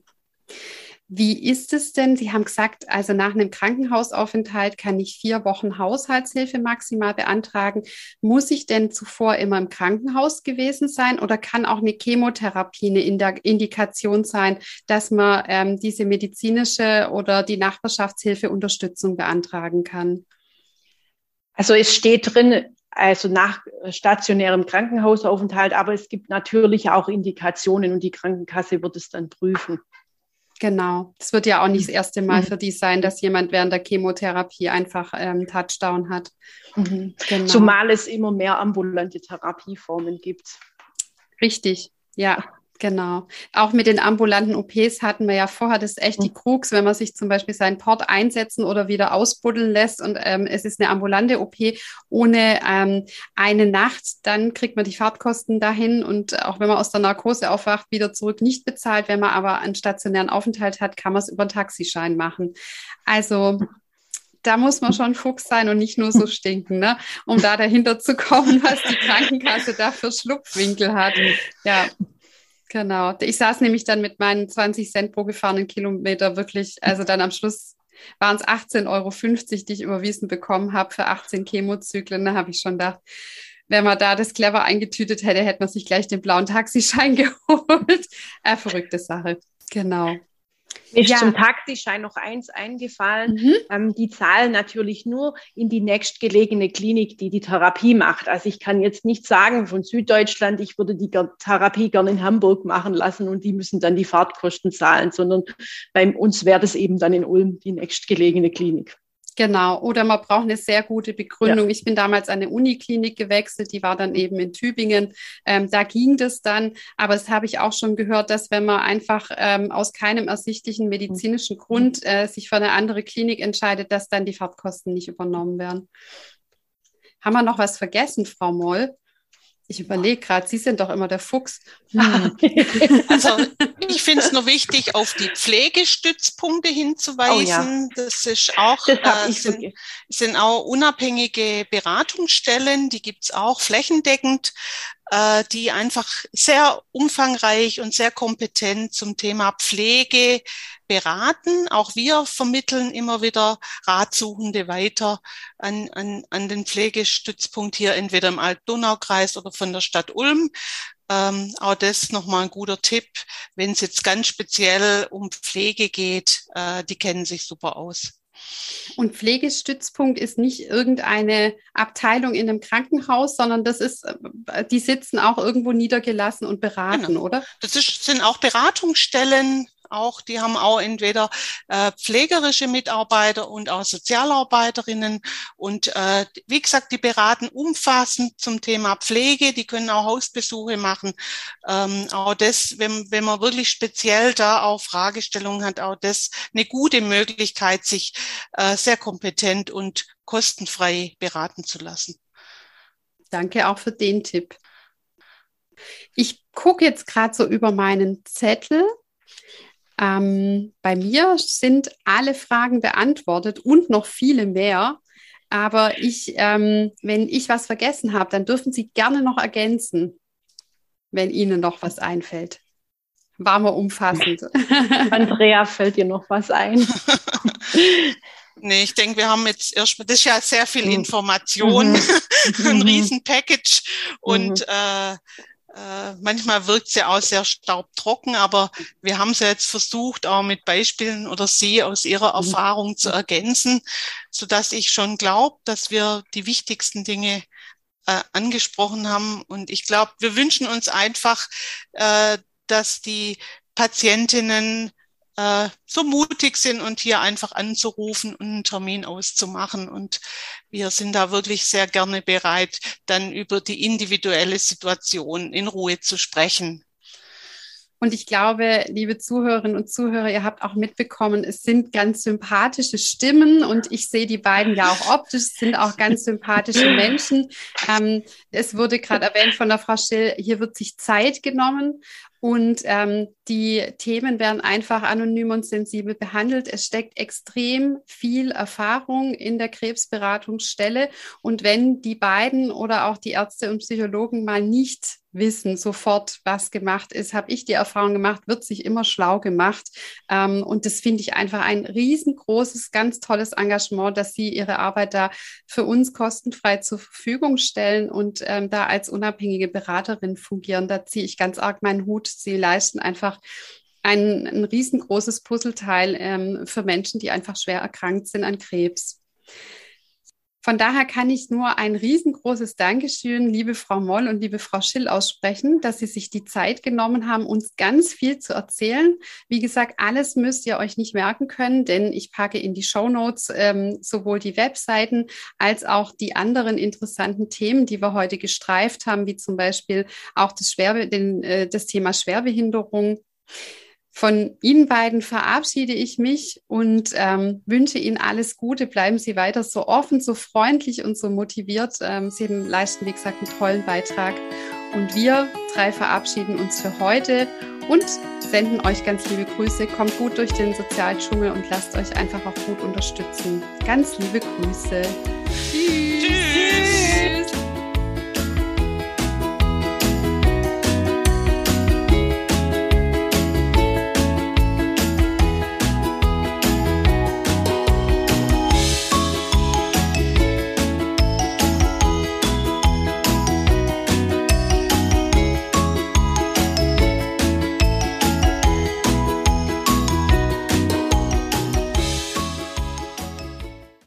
Wie ist es denn? Sie haben gesagt, also nach einem Krankenhausaufenthalt kann ich vier Wochen Haushaltshilfe maximal beantragen. Muss ich denn zuvor immer im Krankenhaus gewesen sein oder kann auch eine Chemotherapie eine Indikation sein, dass man ähm, diese medizinische oder die Nachbarschaftshilfe Unterstützung beantragen kann? Also es steht drin, also nach stationärem Krankenhausaufenthalt, aber es gibt natürlich auch Indikationen und die Krankenkasse wird es dann prüfen. Genau. Das wird ja auch nicht das erste Mal für die sein, dass jemand während der Chemotherapie einfach ähm, Touchdown hat. Mhm. Genau. Zumal es immer mehr ambulante Therapieformen gibt. Richtig, ja. Genau. Auch mit den ambulanten O Ps hatten wir ja vorher, das ist echt die Krux, wenn man sich zum Beispiel seinen Port einsetzen oder wieder ausbuddeln lässt und ähm, es ist eine ambulante O P ohne ähm, eine Nacht, dann kriegt man die Fahrtkosten dahin und auch wenn man aus der Narkose aufwacht, wieder zurück nicht bezahlt. Wenn man aber einen stationären Aufenthalt hat, kann man es über einen Taxischein machen. Also da muss man schon Fuchs sein und nicht nur so stinken, ne? Um da dahinter zu kommen, was die Krankenkasse da für Schlupfwinkel hat. Ja. Genau. Ich saß nämlich dann mit meinen zwanzig Cent pro gefahrenen Kilometer wirklich, also dann am Schluss waren es achtzehn Euro fünfzig, die ich überwiesen bekommen habe für achtzehn Chemozyklen. Da habe ich schon gedacht, wenn man da das clever eingetütet hätte, hätte man sich gleich den blauen Taxischein geholt. Äh, verrückte Sache. Genau. Mir ist ja zum Taxischein noch eins eingefallen. Mhm. Ähm, die zahlen natürlich nur in die nächstgelegene Klinik, die die Therapie macht. Also ich kann jetzt nicht sagen von Süddeutschland, ich würde die Therapie gerne in Hamburg machen lassen und die müssen dann die Fahrtkosten zahlen, sondern bei uns wäre das eben dann in Ulm die nächstgelegene Klinik. Genau, oder man braucht eine sehr gute Begründung. Ja. Ich bin damals an eine Uniklinik gewechselt, die war dann eben in Tübingen. Ähm, da ging das dann, aber das habe ich auch schon gehört, dass wenn man einfach ähm, aus keinem ersichtlichen medizinischen Grund äh, sich für eine andere Klinik entscheidet, dass dann die Fahrtkosten nicht übernommen werden. Haben wir noch was vergessen, Frau Moll? Ich überlege gerade, Sie sind doch immer der Fuchs. Hm. Also ich finde es nur wichtig, auf die Pflegestützpunkte hinzuweisen. Oh ja. Das ist auch, das äh, sind, sind auch unabhängige Beratungsstellen, die gibt es auch flächendeckend, äh, die einfach sehr umfangreich und sehr kompetent zum Thema Pflege beraten. Auch wir vermitteln immer wieder Ratsuchende weiter an, an, an den Pflegestützpunkt hier, entweder im Alt-Donau-Kreis oder von der Stadt Ulm. Ähm, auch das nochmal ein guter Tipp, wenn es jetzt ganz speziell um Pflege geht, äh, die kennen sich super aus. Und Pflegestützpunkt ist nicht irgendeine Abteilung in einem Krankenhaus, sondern das ist, die sitzen auch irgendwo niedergelassen und beraten, genau. Oder? Das ist, sind auch Beratungsstellen. Auch, die haben auch entweder äh, pflegerische Mitarbeiter und auch Sozialarbeiterinnen. Und äh, wie gesagt, die beraten umfassend zum Thema Pflege. Die können auch Hausbesuche machen. Ähm, auch das, wenn, wenn man wirklich speziell da auch Fragestellungen hat, auch das eine gute Möglichkeit, sich äh, sehr kompetent und kostenfrei beraten zu lassen. Danke auch für den Tipp. Ich gucke jetzt gerade so über meinen Zettel. Ähm, bei mir sind alle Fragen beantwortet und noch viele mehr. Aber ich, ähm, wenn ich was vergessen habe, dann dürfen Sie gerne noch ergänzen, wenn Ihnen noch was einfällt. War mal umfassend. Andrea, fällt dir noch was ein? Nee, ich denke, wir haben jetzt erstmal, das ist ja sehr viel Information, mhm. ein Riesen-Package und mhm. äh, Äh, manchmal wirkt es ja auch sehr staubtrocken, aber wir haben es ja jetzt versucht, auch mit Beispielen oder Sie aus Ihrer Erfahrung zu ergänzen, sodass ich schon glaube, dass wir die wichtigsten Dinge äh, angesprochen haben. Und ich glaube, wir wünschen uns einfach, äh, dass die Patientinnen äh, so mutig sind und hier einfach anzurufen und einen Termin auszumachen. Und wir sind da wirklich sehr gerne bereit, dann über die individuelle Situation in Ruhe zu sprechen. Und ich glaube, liebe Zuhörerinnen und Zuhörer, ihr habt auch mitbekommen, es sind ganz sympathische Stimmen und ich sehe die beiden ja auch optisch, es sind auch ganz sympathische Menschen. Ähm, es wurde gerade erwähnt von der Frau Schill, hier wird sich Zeit genommen. Und ähm, die Themen werden einfach anonym und sensibel behandelt. Es steckt extrem viel Erfahrung in der Krebsberatungsstelle. Und wenn die beiden oder auch die Ärzte und Psychologen mal nicht wissen sofort, was gemacht ist, habe ich die Erfahrung gemacht, wird sich immer schlau gemacht. Ähm, und das finde ich einfach ein riesengroßes, ganz tolles Engagement, dass Sie Ihre Arbeit da für uns kostenfrei zur Verfügung stellen und ähm, da als unabhängige Beraterin fungieren. Da ziehe ich ganz arg meinen Hut. Sie leisten einfach ein, ein riesengroßes Puzzleteil ähm, für Menschen, die einfach schwer erkrankt sind an Krebs. Von daher kann ich nur ein riesengroßes Dankeschön, liebe Frau Moll und liebe Frau Schill, aussprechen, dass Sie sich die Zeit genommen haben, uns ganz viel zu erzählen. Wie gesagt, alles müsst ihr euch nicht merken können, denn ich packe in die Shownotes ähm, sowohl die Webseiten als auch die anderen interessanten Themen, die wir heute gestreift haben, wie zum Beispiel auch das, Schwerbe- den, äh, das Thema Schwerbehinderung. Von Ihnen beiden verabschiede ich mich und ähm, wünsche Ihnen alles Gute. Bleiben Sie weiter so offen, so freundlich und so motiviert. Ähm, Sie leisten, wie gesagt, einen tollen Beitrag. Und wir drei verabschieden uns für heute und senden euch ganz liebe Grüße. Kommt gut durch den Sozialdschungel und lasst euch einfach auch gut unterstützen. Ganz liebe Grüße. Tschüss. Tschüss.